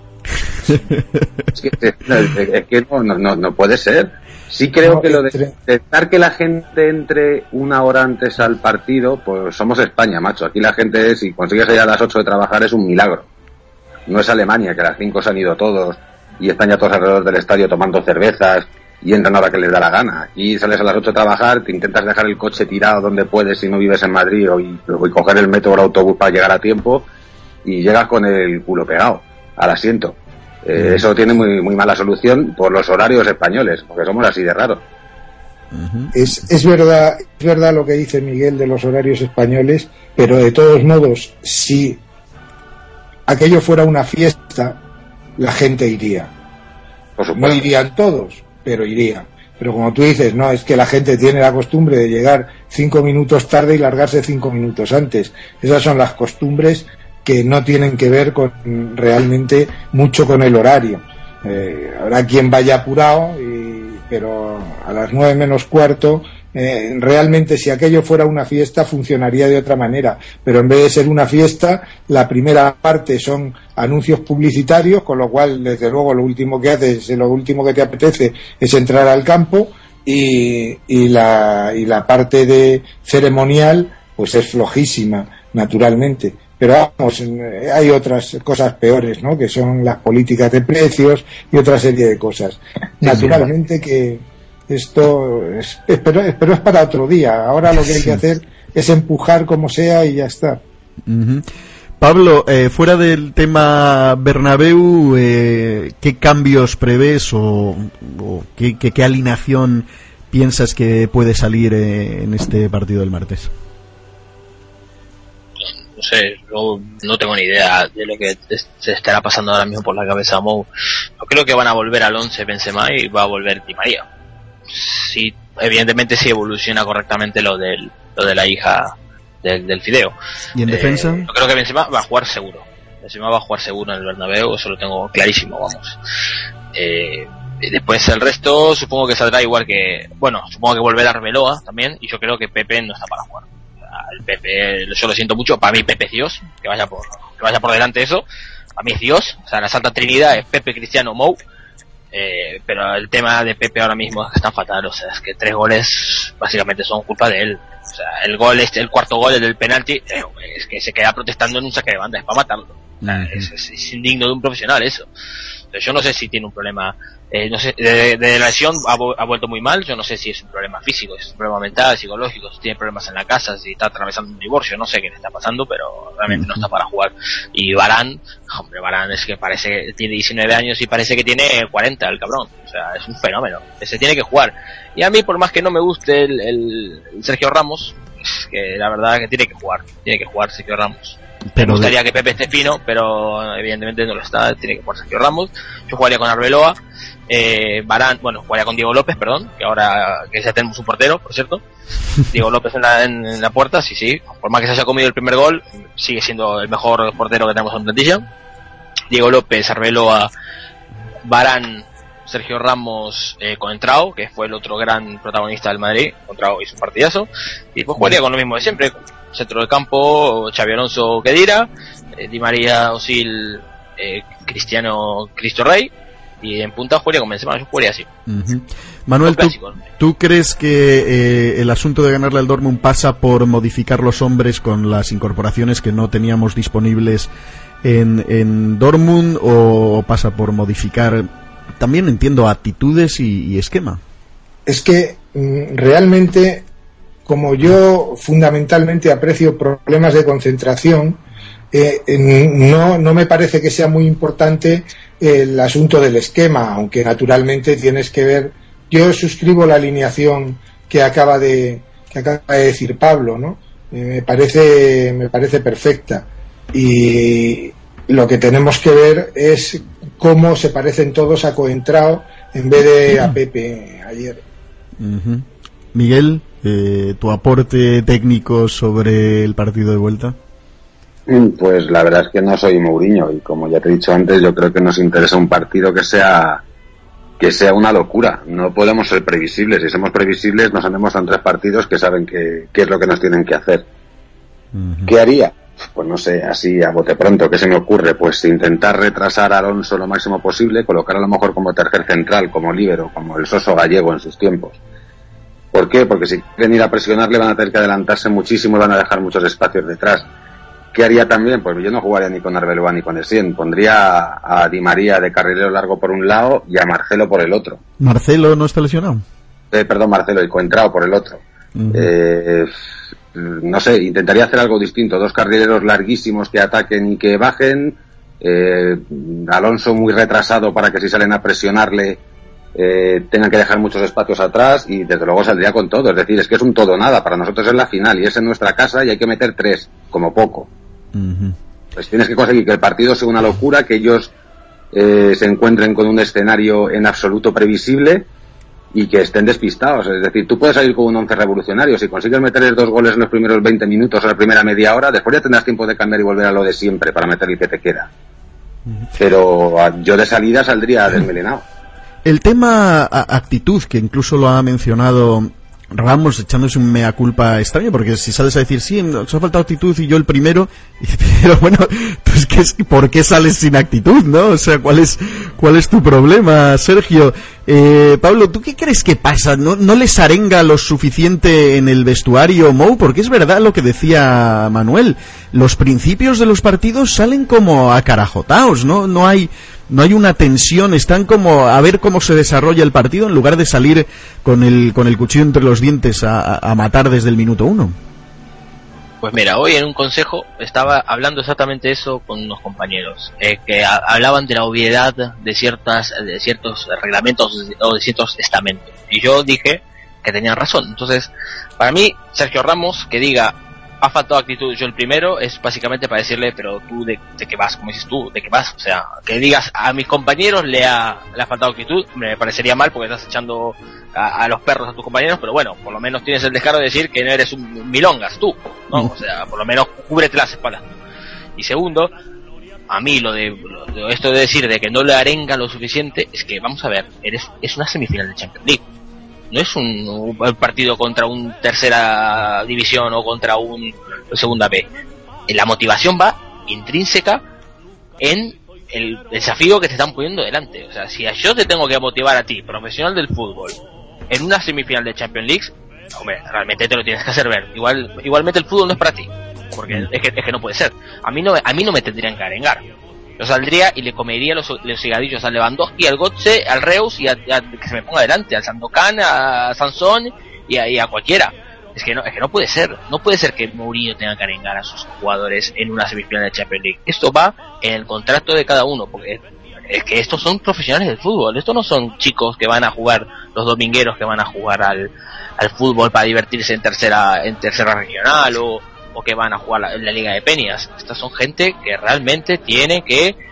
Es que, es, es que no, no, no puede ser. Sí creo no, que lo de intentar que la gente entre una hora antes al partido, pues somos España, macho. Aquí la gente, si consigues ir a las ocho de trabajar, es un milagro. No es Alemania, que a las cinco se han ido todos y están ya todos alrededor del estadio tomando cervezas y entran a la hora que les da la gana. Aquí sales a las ocho a trabajar, te intentas dejar el coche tirado donde puedes si no vives en Madrid, o y, o y coger el metro o el autobús para llegar a tiempo, y llegas con el culo pegado al asiento. Eh, eso tiene muy muy mala solución por los horarios españoles, porque somos así de raros.
Es, es verdad, es verdad lo que dice Miguel de los horarios españoles, pero de todos modos, si aquello fuera una fiesta, la gente iría. No irían todos, pero irían. Pero como tú dices, no, es que la gente tiene la costumbre de llegar cinco minutos tarde y largarse cinco minutos antes. Esas son las costumbres que no tienen que ver con realmente mucho con el horario. Eh, habrá quien vaya apurado, y, pero a las nueve menos cuarto, eh, realmente si aquello fuera una fiesta funcionaría de otra manera, pero en vez de ser una fiesta, la primera parte son anuncios publicitarios, con lo cual desde luego lo último que haces, lo último que te apetece es entrar al campo, y, y la y la parte de ceremonial pues es flojísima, naturalmente. Pero vamos, hay otras cosas peores, ¿no? Que son las políticas de precios y otra serie de cosas. Naturalmente que esto es, pero, pero es para otro día. Ahora lo que hay que hacer es empujar como sea y ya está.
Uh-huh. Pablo, eh, fuera del tema Bernabéu, eh, ¿qué cambios prevés o, o qué, qué, qué alineación piensas que puede salir eh, en este partido del martes?
No sé, no, no tengo ni idea de lo que se estará pasando ahora mismo por la cabeza a Mou. Yo creo que van a volver al once Benzema y va a volver Di María. Sí, evidentemente si evoluciona correctamente lo del lo de la hija del, del Fideo.
¿Y en eh, defensa?
Yo creo que Benzema va a jugar seguro. Benzema va a jugar seguro en el Bernabéu, eso lo tengo clarísimo, vamos. Eh, después el resto supongo que saldrá igual que... Bueno, supongo que volverá Arbeloa también, y yo creo que Pepe no está para jugar. El Pepe, yo lo siento mucho, para mí Pepe es Dios, que vaya por que vaya por delante eso, para mí es Dios, o sea, la Santa Trinidad es Pepe, Cristiano, Mou, eh, pero el tema de Pepe ahora mismo es que están fatal, o sea, es que tres goles básicamente son culpa de él, o sea, el gol este, el cuarto gol, el del penalti, eh, es que se queda protestando en un saque de banda, es para matarlo, o sea, es, es, es indigno de un profesional eso. Yo no sé si tiene un problema, eh, no sé, de, de la lesión ha, ha vuelto muy mal, yo no sé si es un problema físico, si es un problema mental, psicológico, si tiene problemas en la casa, si está atravesando un divorcio, no sé qué le está pasando, pero realmente no está para jugar. Y Varane, hombre, Varane es que parece que tiene diecinueve años y parece que tiene cuarenta el cabrón, o sea, es un fenómeno, se tiene que jugar. Y a mí, por más que no me guste el, el, el Sergio Ramos, es que la verdad es que tiene que jugar, tiene que jugar Sergio Ramos. Pero me gustaría de... que Pepe esté fino, pero evidentemente no lo está, tiene que jugar Sergio Ramos. Yo jugaría con Arbeloa, eh, Varane, bueno, jugaría con Diego López, perdón, que ahora que ya tenemos un portero, por cierto. Diego López en la, en, en la puerta, sí, sí, por más que se haya comido el primer gol, sigue siendo el mejor portero que tenemos en plantilla. Diego López, Arbeloa, Varane, Sergio Ramos, eh, Contrao, que fue el otro gran protagonista del Madrid. Contrao hizo un partidazo, y pues jugaría con lo mismo de siempre. Centro del campo, Xabi Alonso, Khedira, eh, Di María, Osil, eh, Cristiano, Cristo Rey, y en punta jugaría con Benzema, yo jugaría así.
Uh-huh. Manuel, ¿tú, ¿tú crees que eh, el asunto de ganarle al Dortmund pasa por modificar los hombres con las incorporaciones que no teníamos disponibles en, en Dortmund, o pasa por modificar, también entiendo, actitudes y, y esquema?
Es que mm, realmente... Como yo fundamentalmente aprecio problemas de concentración, eh, no, no me parece que sea muy importante el asunto del esquema, aunque naturalmente tienes que ver. Yo suscribo la alineación que acaba de que acaba de decir Pablo, ¿no? Eh, me parece me parece perfecta, y lo que tenemos que ver es cómo se parecen todos a Coentrao en vez de a Pepe ayer.
Uh-huh. Miguel, eh, tu aporte técnico sobre el partido de vuelta.
Pues la verdad es que no soy Mourinho, y como ya te he dicho antes, yo creo que nos interesa un partido que sea que sea una locura. No podemos ser previsibles. Si somos previsibles, nos han demostrado en tres partidos que saben qué es lo que nos tienen que hacer. Uh-huh. ¿Qué haría? Pues no sé, así a bote pronto, ¿qué se me ocurre? Pues intentar retrasar a Alonso lo máximo posible, colocar a lo mejor como tercer central, como líbero, como el Soso Gallego en sus tiempos. ¿Por qué? Porque si quieren ir a presionarle van a tener que adelantarse muchísimo y van a dejar muchos espacios detrás. ¿Qué haría también? Pues yo no jugaría ni con Arbeloa ni con Essien. Pondría a Di María de carrilero largo por un lado y a Marcelo por el otro.
¿Marcelo no está lesionado?
Eh, perdón, Marcelo, y Coentrao por el otro. Uh-huh. Eh, no sé, intentaría hacer algo distinto. Dos carrileros larguísimos que ataquen y que bajen. Eh, Alonso muy retrasado para que si salen a presionarle Eh, tengan que dejar muchos espacios atrás, y desde luego saldría con todo. Es decir, es que es un todo nada. Para nosotros es la final y es en nuestra casa y hay que meter tres, como poco. Uh-huh. Pues tienes que conseguir que el partido sea una locura, que ellos eh, se encuentren con un escenario en absoluto previsible y que estén despistados. Es decir, tú puedes salir con un once revolucionario, si consigues meter dos goles en los primeros veinte minutos o la primera media hora, después ya tendrás tiempo de cambiar y volver a lo de siempre para meter el que te queda. Pero yo de salida saldría desmelenado.
El tema a, actitud, que incluso lo ha mencionado Ramos, echándose un mea culpa extraño, porque si sales a decir, sí, nos ha faltado actitud y yo el primero, pero bueno, pues ¿qué es, ¿por qué sales sin actitud, no? O sea, ¿cuál es cuál es tu problema, Sergio? Eh, Pablo, ¿tú qué crees que pasa? ¿No, no les arenga lo suficiente en el vestuario Mou? Porque es verdad lo que decía Manuel, los principios de los partidos salen como acarajotaos, ¿no? No hay... No hay una tensión, están como a ver cómo se desarrolla el partido en lugar de salir con el con el cuchillo entre los dientes a, a matar desde el minuto uno.
Pues mira, hoy en un consejo estaba hablando exactamente eso con unos compañeros, eh, que a, hablaban de la obviedad de ciertas de ciertos reglamentos o de ciertos estamentos. Y yo dije que tenían razón. Entonces, para mí, Sergio Ramos, que diga ha faltado actitud, yo el primero, es básicamente para decirle, pero tú de, de qué vas, como dices tú, de qué vas, o sea, que digas a mis compañeros le ha, le ha faltado actitud, me parecería mal porque estás echando a, a los perros a tus compañeros, pero bueno, por lo menos tienes el descaro de decir que no eres un milongas tú, ¿no? O sea, por lo menos cúbrete las espaldas. Y segundo, a mí lo de, lo de esto de decir de que no le arenga lo suficiente, es que, vamos a ver, eres es una semifinal de Champions League. No es un, un partido contra un tercera división o contra un segunda B. La motivación va intrínseca en el desafío que te están poniendo delante. O sea, si yo te tengo que motivar a ti, profesional del fútbol, en una semifinal de Champions League, hombre, realmente te lo tienes que hacer ver. Igual, igualmente el fútbol no es para ti, porque es que, es que no puede ser. A mí no, a mí no me tendrían que arengar. Yo saldría y le comería los, los cigarrillos al Lewandowski, al Götze, al Reus y a, a que se me ponga adelante, al Sandokan, a Sansón y a, y a cualquiera. Es que no, es que no puede ser, no puede ser que Mourinho tenga que arengar a sus jugadores en una semifinal de Champions League. Esto va en el contrato de cada uno, porque es que estos son profesionales del fútbol, estos no son chicos que van a jugar, los domingueros que van a jugar al, al fútbol para divertirse en tercera, en tercera regional o o que van a jugar la, la Liga de Peñas. Estas son gente que realmente tiene que eh,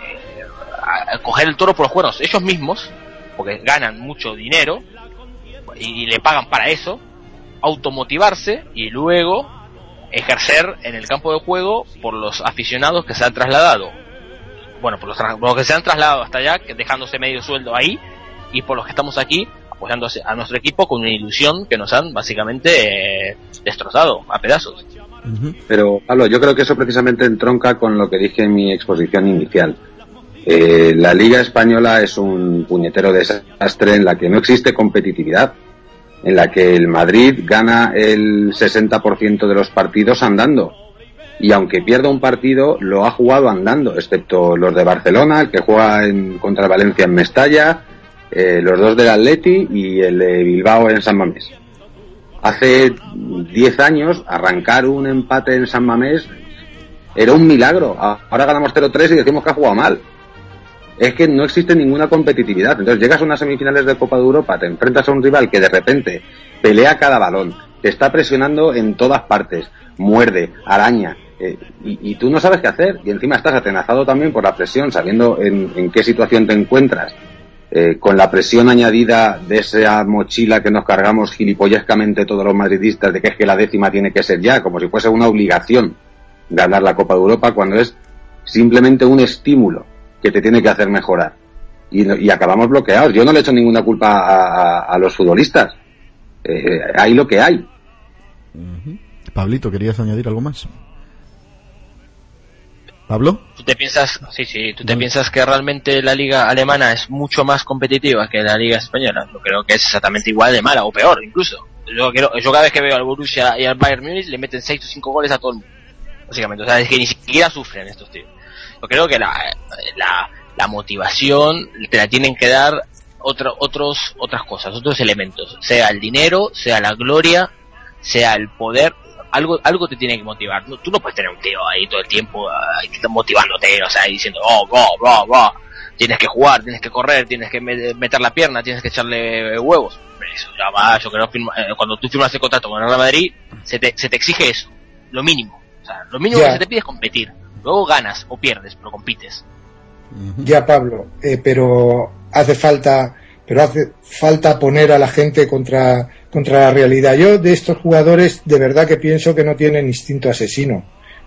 a, a coger el toro por los cuernos ellos mismos, porque ganan mucho dinero y, y le pagan para eso, automotivarse y luego ejercer en el campo de juego por los aficionados que se han trasladado, bueno, por los, por los que se han trasladado hasta allá, que dejándose medio sueldo ahí, y por los que estamos aquí apoyando a nuestro equipo con una ilusión que nos han básicamente eh, destrozado a pedazos.
Pero, Pablo, yo creo que eso precisamente entronca con lo que dije en mi exposición inicial. Eh, la Liga Española es un puñetero desastre en la que no existe competitividad, en la que el Madrid gana el sesenta por ciento de los partidos andando, y aunque pierda un partido, lo ha jugado andando, excepto los de Barcelona, el que juega en, contra el Valencia en Mestalla, eh, los dos del Atleti y el de Bilbao en San Mamés. Hace diez años, arrancar un empate en San Mamés era un milagro. Ahora ganamos cero tres y decimos que ha jugado mal. Es que no existe ninguna competitividad. Entonces llegas a unas semifinales de Copa de Europa, te enfrentas a un rival que de repente pelea cada balón, te está presionando en todas partes, muerde, araña, eh, y, y tú no sabes qué hacer. Y encima estás atenazado también por la presión, sabiendo en, en qué situación te encuentras. Eh, con la presión añadida de esa mochila que nos cargamos gilipollescamente todos los madridistas, de que es que la décima tiene que ser ya, como si fuese una obligación ganar la Copa de Europa, cuando es simplemente un estímulo que te tiene que hacer mejorar. Y, y acabamos bloqueados. Yo no le echo ninguna culpa a, a, a los futbolistas. Eh, hay lo que hay.
Uh-huh. Pablito, ¿querías añadir algo más? ¿Pablo?
¿Tú te piensas, sí, sí, tú te no. piensas que realmente la liga alemana es mucho más competitiva que la liga española? Yo creo que es exactamente igual de mala, o peor incluso. Yo, quiero, yo cada vez que veo al Borussia y al Bayern Múnich le meten seis o cinco goles a todo el mundo, básicamente. O sea, es que ni siquiera sufren estos tíos. Yo creo que la, la, la motivación te la tienen que dar otro, otros, otras cosas, otros elementos. Sea el dinero, sea la gloria, sea el poder. Algo, algo te tiene que motivar. No, tú no puedes tener un tío ahí todo el tiempo uh, motivándote, o sea, diciendo, oh, oh, oh, oh, tienes que jugar, tienes que correr, tienes que me- meter la pierna, tienes que echarle huevos. Eso ya va, yo creo, firma, eh, cuando tú firmas el contrato con el Real Madrid, se te, se te exige eso, lo mínimo. O sea, lo mínimo yeah. que se te pide es competir. Luego ganas o pierdes, pero compites.
Ya, Pablo, eh, pero hace falta pero hace falta poner a la gente contra, contra la realidad. Yo de estos jugadores de verdad que pienso que no tienen instinto asesino.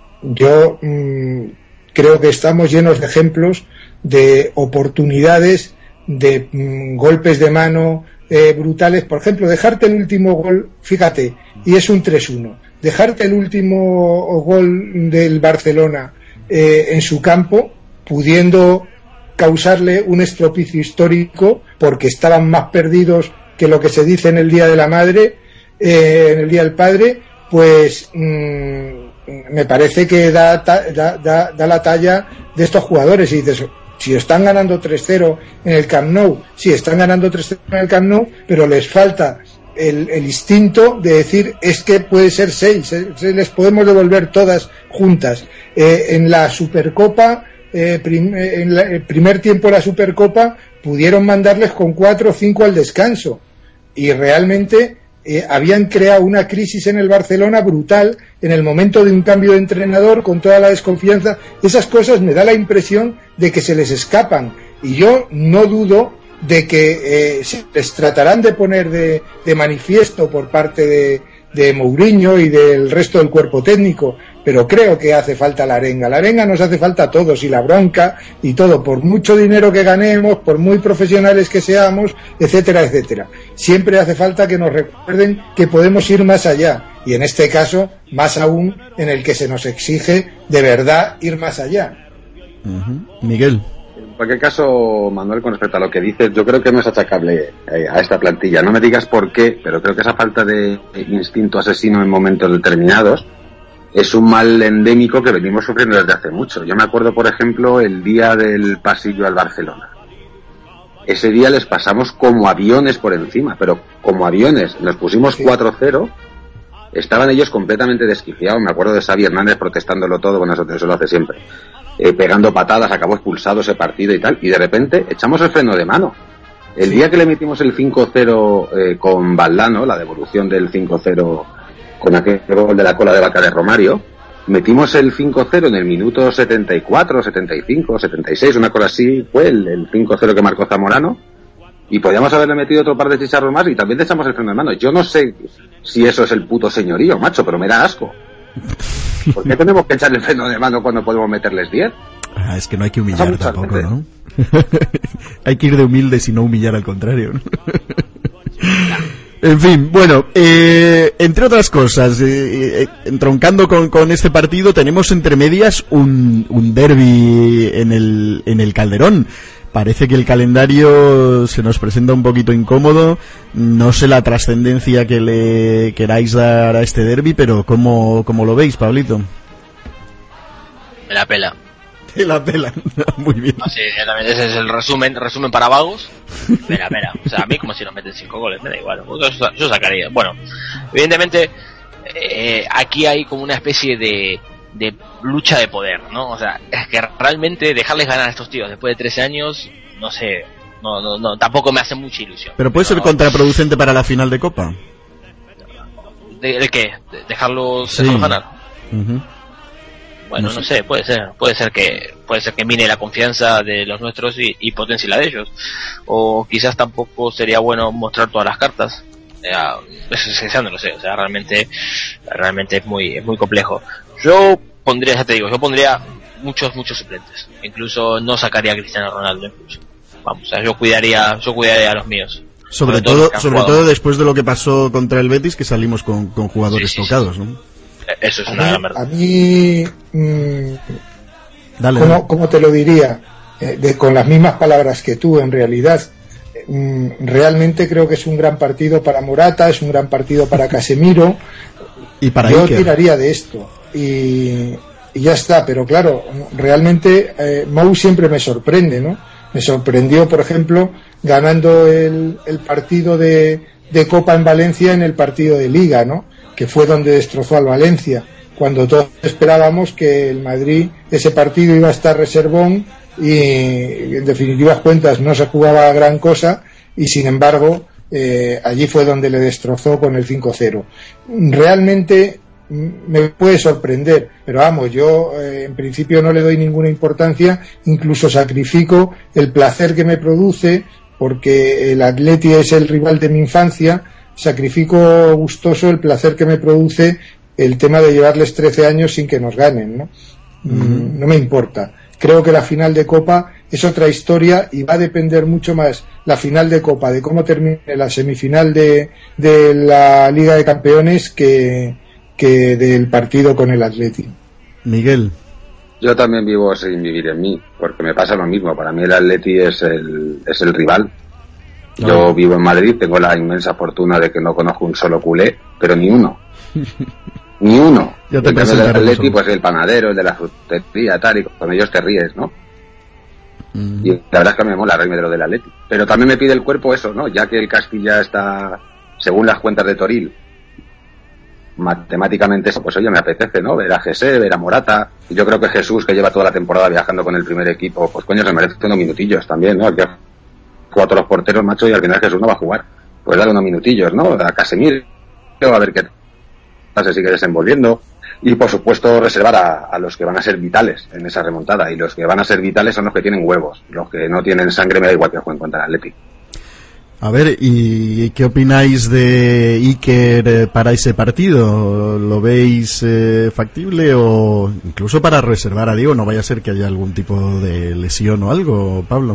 Yo mmm, creo que estamos llenos de ejemplos de oportunidades, de mmm, golpes de mano eh, brutales. Por ejemplo, dejarte el último gol, fíjate, y es un tres uno, dejarte el último gol del Barcelona eh, en su campo, pudiendo causarle un estropicio histórico porque estaban más perdidos que lo que se dice en el Día de la Madre, eh, en el Día del Padre, pues mmm, me parece que da, da, da, da la talla de estos jugadores. Y dices, si están ganando tres cero en el Camp Nou, sí, están ganando tres cero en el Camp Nou, pero les falta el, el instinto de decir, es que puede ser seis, se, se les podemos devolver todas juntas. Eh, en la Supercopa, eh, prim, en la, el primer tiempo de la Supercopa, pudieron mandarles con cuatro o cinco al descanso. Y realmente eh, habían creado una crisis en el Barcelona brutal en el momento de un cambio de entrenador, con toda la desconfianza. Esas cosas me da la impresión de que se les escapan. Y yo no dudo de que eh, se les tratarán de poner de, de manifiesto por parte de, de Mourinho y del resto del cuerpo técnico, pero creo que hace falta la arenga. La arenga nos hace falta a todos, y la bronca y todo, por mucho dinero que ganemos, por muy profesionales que seamos, etcétera, etcétera. Siempre hace falta que nos recuerden que podemos ir más allá, y en este caso, más aún, en el que se nos exige de verdad ir más allá.
Uh-huh. Miguel.
En cualquier caso, Manuel, con respecto a lo que dices, yo creo que no es achacable eh, a esta plantilla. No me digas por qué, pero creo que esa falta de instinto asesino en momentos determinados es un mal endémico que venimos sufriendo desde hace mucho. Yo me acuerdo, por ejemplo, el día del pasillo al Barcelona. Ese día les pasamos como aviones por encima, pero como aviones. Nos pusimos cuatro cero, estaban ellos completamente desquiciados. Me acuerdo de Xavi Hernández protestándolo todo, bueno, eso, eso lo hace siempre. Eh, pegando patadas, acabó expulsado ese partido y tal, y de repente echamos el freno de mano. El sí. día que le metimos el cinco cero eh, con Valdano, la devolución del cinco cero con aquel gol de la cola de vaca de Romario, metimos el cinco cero en el minuto setenta y cuatro, setenta y cinco, setenta y seis, una cosa así, fue el, el cinco cero que marcó Zamorano, y podíamos haberle metido otro par de chicharros más y también le echamos el freno de mano. Yo no sé si eso es el puto señorío, macho, pero me da asco. ¿Por qué tenemos que echarle el freno de mano cuando podemos meterles diez?
Ah, es que no hay que humillar tampoco, ¿no? Hay que ir de humildes y no humillar al contrario, ¿no? En fin, bueno, eh, entre otras cosas, eh, eh, entroncando con, con este partido, tenemos entre medias un, un derbi en el, en el Calderón. Parece que el calendario se nos presenta un poquito incómodo. No sé la trascendencia que le queráis dar a este derbi, pero ¿cómo, cómo lo veis, Pablito?
Me la pela.
Te la pela. Muy bien.
No, sí, ese es el resumen resumen para vagos. Me la pela. O sea, a mí como si nos meten cinco goles, me da igual. Yo, yo sacaría. Bueno, evidentemente eh, aquí hay como una especie de de lucha de poder, ¿no? O sea, es que realmente dejarles ganar a estos tíos después de trece años, no sé, no, no, no, tampoco me hace mucha ilusión.
Pero puede
ser
no, contraproducente para la final de Copa.
¿De, de qué? ¿De dejarlos, sí. dejarlos ganar? Uh-huh. Bueno, no sé. no sé, puede ser, puede ser que, puede ser que mine la confianza de los nuestros y, y potencie la de ellos. O quizás tampoco sería bueno mostrar todas las cartas. Ya, eso ya no lo sé, o sea, realmente, realmente es muy, es muy complejo. Yo pondría, ya te digo, yo pondría muchos, muchos suplentes. Incluso no sacaría a Cristiano Ronaldo incluso. Vamos, o sea, yo cuidaría, yo cuidaría a los míos.
Sobre, sobre todo, todo sobre todo después de lo que pasó contra el Betis, que salimos con, con jugadores sí, sí, tocados, sí. ¿no?
Eso es
a
una
mí,
gran verdad.
A mí, mmm,
dale,
¿cómo,
dale.
¿cómo te lo diría? Eh, de, con las mismas palabras que tú, en realidad. Realmente creo que es un gran partido para Morata, es un gran partido para Casemiro
y para
yo
Iker.
Tiraría de esto y, y ya está, pero claro, realmente eh, Mou siempre me sorprende, ¿no? Me sorprendió, por ejemplo, ganando el, el partido de, de Copa en Valencia en el partido de Liga, ¿no? Que fue donde destrozó al Valencia, cuando todos esperábamos que el Madrid, ese partido iba a estar reservón y en definitivas cuentas no se jugaba gran cosa y sin embargo eh, allí fue donde le destrozó con el cinco cero. Realmente me puede sorprender, pero vamos, yo eh, en principio no le doy ninguna importancia, incluso sacrifico el placer que me produce porque el Atleti es el rival de mi infancia, sacrifico gustoso el placer que me produce el tema de llevarles trece años sin que nos ganen, ¿no? Mm. No me importa. Creo que la final de Copa es otra historia y va a depender mucho más la final de Copa de cómo termine la semifinal de, de la Liga de Campeones que, que del partido con el Atleti.
Miguel.
Yo también vivo sin vivir en mí, porque me pasa lo mismo. Para mí el Atleti es el, es el rival. Oh. Yo vivo en Madrid, tengo la inmensa fortuna de que no conozco un solo culé, pero ni uno. Ni uno.
Ya te
el del Atleti, pues el panadero, el de la frutería, tal, y con ellos te ríes, ¿no? Mm. Y la verdad es que me mola reírme de lo del Atleti. Pero también me pide el cuerpo eso, ¿no? Ya que el Castilla está, según las cuentas de Toril, matemáticamente eso, pues oye, me apetece, ¿no? Ver a José, ver a Morata. Y yo creo que Jesús, que lleva toda la temporada viajando con el primer equipo, pues coño, se merece unos minutillos también, ¿no? Que juega a todos los porteros, macho, y al final Jesús no va a jugar. Pues dale unos minutillos, ¿no? A Casemiro, a ver qué tal se sigue desenvolviendo. Y por supuesto reservar a, a los que van a ser vitales en esa remontada. Y los que van a ser vitales son los que tienen huevos. Los que no tienen sangre me da igual que jueguen contra el Atleti.
A ver, ¿y qué opináis de Iker para ese partido? ¿Lo veis eh, factible o incluso para reservar a Diego? No vaya a ser que haya algún tipo de lesión o algo, Pablo.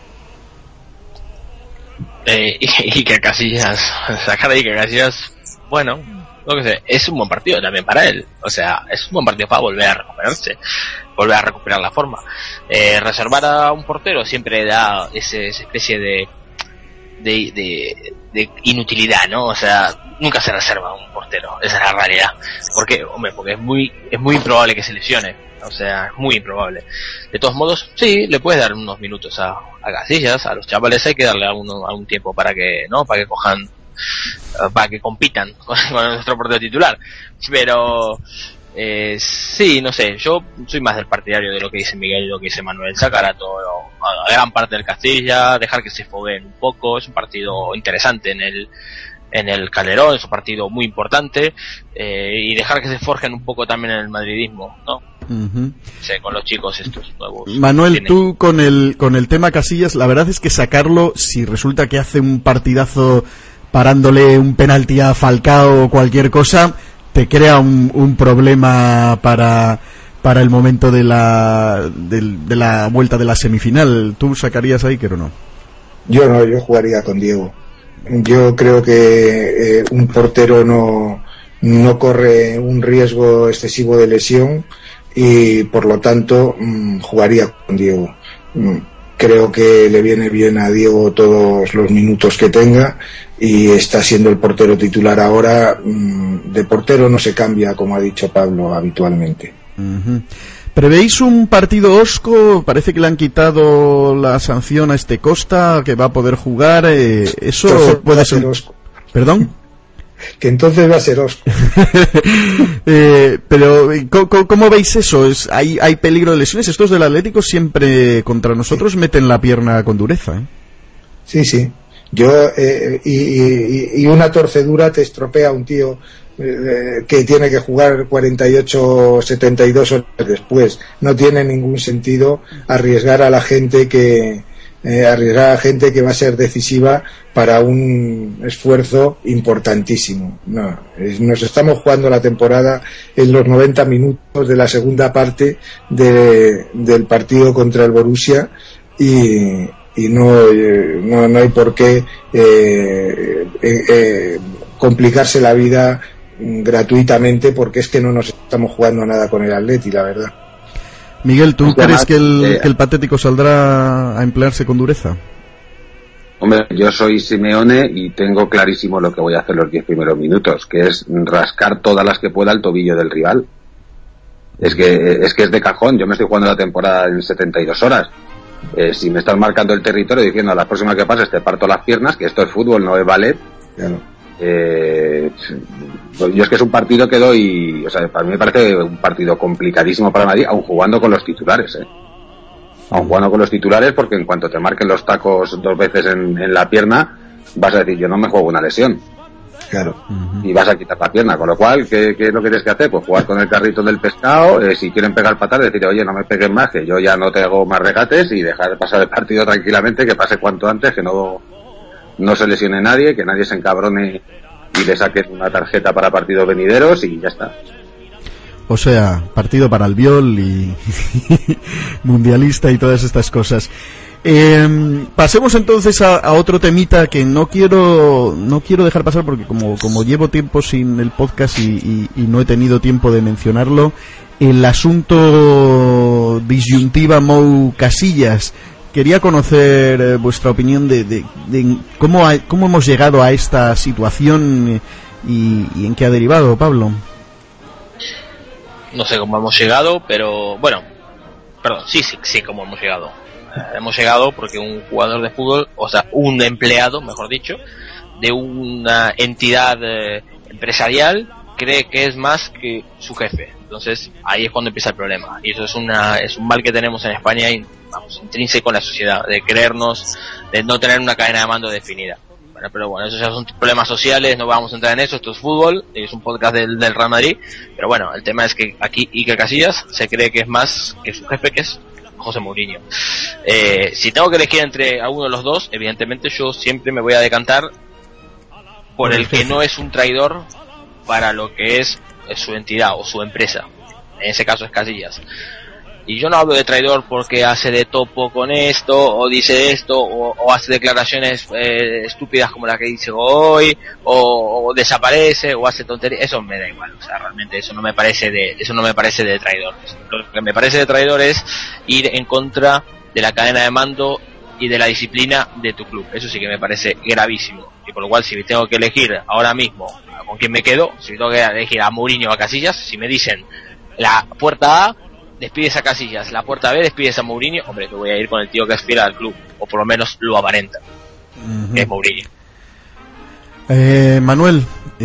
Eh, y, Iker Casillas, sacar a Iker Casillas, bueno, lo que sé, es un buen partido también para él. O sea, es un buen partido para volver a recuperarse, volver a recuperar la forma. Eh, reservar a un portero siempre da ese, esa especie de De, de, de inutilidad, ¿no? O sea, nunca se reserva un portero, esa es la realidad. ¿Por qué? Hombre, porque es muy, es muy improbable que se lesione, o sea, es muy improbable. De todos modos, sí, le puedes dar unos minutos a, a Casillas, a los chavales hay que darle a, uno, a un tiempo para que, ¿no? Para que cojan, para que compitan con, con nuestro portero titular. Pero, Eh, sí, no sé, yo soy más del partidario de lo que dice Miguel y lo que dice Manuel, sacar a todo, a gran parte del Castilla, dejar que se fogueen un poco. Es un partido interesante en el en el Calderón, es un partido muy importante, eh, y dejar que se forjen un poco también en el madridismo, ¿no? Uh-huh. Sí, con los chicos estos nuevos.
Manuel, tienen... tú con el con el tema Casillas, la verdad es que sacarlo, si resulta que hace un partidazo parándole un penalti a Falcao o cualquier cosa, te crea un, un problema para para el momento de la de, de la vuelta de la semifinal. ¿Tú sacarías a Iker o no?
Yo no, yo jugaría con Diego. Yo creo que eh, un portero no no corre un riesgo excesivo de lesión y por lo tanto mmm, jugaría con Diego. Mm, creo que le viene bien a Diego todos los minutos que tenga y está siendo el portero titular ahora. De portero no se cambia, como ha dicho Pablo, habitualmente.
Uh-huh. ¿Prevéis un partido hosco? Parece que le han quitado la sanción a este Costa, que va a poder jugar. Eh, ¿Eso entonces puede ser
hosco?
¿Perdón?
Que entonces va a ser hosco.
eh, pero, ¿cómo, ¿cómo veis eso? ¿Es, hay, ¿Hay peligro de lesiones? Estos del Atlético siempre contra nosotros sí meten la pierna con dureza, ¿eh?
Sí, sí. Yo eh, y, y, y una torcedura te estropea a un tío eh, que tiene que jugar cuarenta y ocho, setenta y dos horas después. No tiene ningún sentido arriesgar a la gente que eh, arriesgar a la gente que va a ser decisiva para un esfuerzo importantísimo. No, es, nos estamos jugando la temporada en los noventa minutos de la segunda parte de, del partido contra el Borussia y y no, eh, no no hay por qué eh, eh, eh, complicarse la vida gratuitamente, porque es que no nos estamos jugando nada con el Atleti, la verdad.
Miguel, ¿tú crees además, que, el, eh, que el patético saldrá a emplearse con dureza?
Hombre, yo soy Simeone y tengo clarísimo lo que voy a hacer los diez primeros minutos, que es rascar todas las que pueda el tobillo del rival. Es que es que es de cajón. Yo me estoy jugando la temporada en setenta y dos horas. Eh, si me estás marcando el territorio diciendo a la próxima que pases te parto las piernas, que esto es fútbol, no es ballet, claro. eh, yo es que es un partido que doy, o sea, para mí me parece un partido complicadísimo para Madrid, aun jugando con los titulares, eh. aun jugando con los titulares, porque en cuanto te marquen los tacos dos veces en, en la pierna, vas a decir, yo no me juego una lesión.
Claro.
Uh-huh. Y vas a quitar la pierna, con lo cual, ¿qué, qué es lo que tienes que hacer? Pues jugar con el carrito del pescado, eh, si quieren pegar patadas, decir, oye, no me peguen más, que yo ya no te hago más regates, y dejar de pasar el partido tranquilamente, que pase cuanto antes, que no, no se lesione nadie, que nadie se encabrone y le saquen una tarjeta para partidos venideros, y ya está.
O sea, partido para Albiol y mundialista y todas estas cosas. Eh, pasemos entonces a, a otro temita que no quiero no quiero dejar pasar, porque como, como llevo tiempo sin el podcast y, y, y no he tenido tiempo de mencionarlo, el asunto disyuntiva Mou Casillas. Quería conocer eh, vuestra opinión de, de, de cómo, ha, cómo hemos llegado a esta situación y, y en qué ha derivado, Pablo.
No sé cómo hemos llegado, pero bueno, perdón, sí, sí, sí, cómo hemos llegado. Hemos llegado porque un jugador de fútbol, o sea, un empleado, mejor dicho, de una entidad eh, empresarial, cree que es más que su jefe. Entonces ahí es cuando empieza el problema, y eso es una es un mal que tenemos en España, y, vamos, intrínseco en la sociedad, de creernos, de no tener una cadena de mando definida. Bueno, pero bueno, esos ya son problemas sociales, no vamos a entrar en eso, esto es fútbol, es un podcast del, del Real Madrid, pero bueno, el tema es que aquí Iker Casillas se cree que es más que su jefe, que es José Mourinho. Eh, si tengo que elegir entre alguno de los dos, evidentemente yo siempre me voy a decantar por el que no es un traidor para lo que es, es su entidad o su empresa. En ese caso es Casillas. Y yo no hablo de traidor porque hace de topo con esto, o dice esto, o, o hace declaraciones eh, estúpidas como la que dice hoy, o, o desaparece, o hace tonterías. Eso me da igual, o sea, realmente eso no me parece de, eso no me parece de traidor. Lo que me parece de traidor es ir en contra de la cadena de mando y de la disciplina de tu club. Eso sí que me parece gravísimo. Y por lo cual, si tengo que elegir ahora mismo con quién me quedo, si tengo que elegir a Mourinho o a Casillas, si me dicen la puerta A, despides a Casillas, la puerta B, despides a Mourinho, hombre, que voy a ir con el tío que es fiel al club, o por lo menos lo aparenta, uh-huh. que es Mourinho.
Eh, Manuel,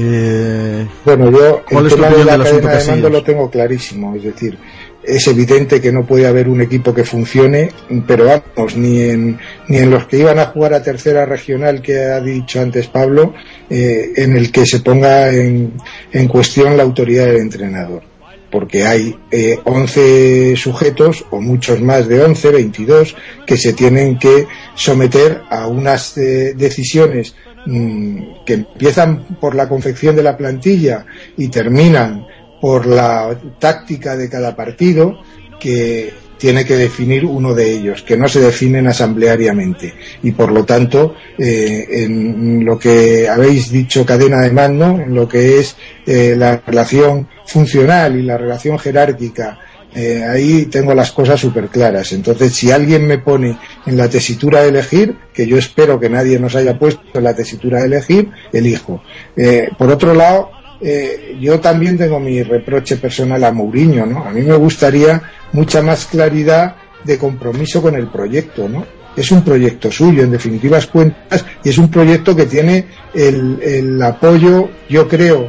eh,
bueno, yo
¿cuál
el
es tu
tema
opinión
de la
del asunto
cadena de mando
Casillas?
lo tengo clarísimo, es decir, es evidente que no puede haber un equipo que funcione, pero vamos, ni en ni en los que iban a jugar a tercera regional, que ha dicho antes Pablo, eh, en el que se ponga en, en cuestión la autoridad del entrenador. Porque hay eh, once sujetos, o muchos más de once, veintidós, que se tienen que someter a unas eh, decisiones mmm, que empiezan por la confección de la plantilla y terminan por la táctica de cada partido, que tiene que definir uno de ellos, que no se definen asambleariamente. Y por lo tanto, eh, en lo que habéis dicho cadena de mando, en lo que es eh, la relación funcional y la relación jerárquica, eh, ahí tengo las cosas súper claras. Entonces, si alguien me pone en la tesitura de elegir, que yo espero que nadie nos haya puesto en la tesitura de elegir, elijo. Eh, por otro lado, eh, yo también tengo mi reproche personal a Mourinho, ¿no? A mí me gustaría mucha más claridad de compromiso con el proyecto, ¿no? Es un proyecto suyo, en definitivas cuentas, y es un proyecto que tiene el, el apoyo, yo creo,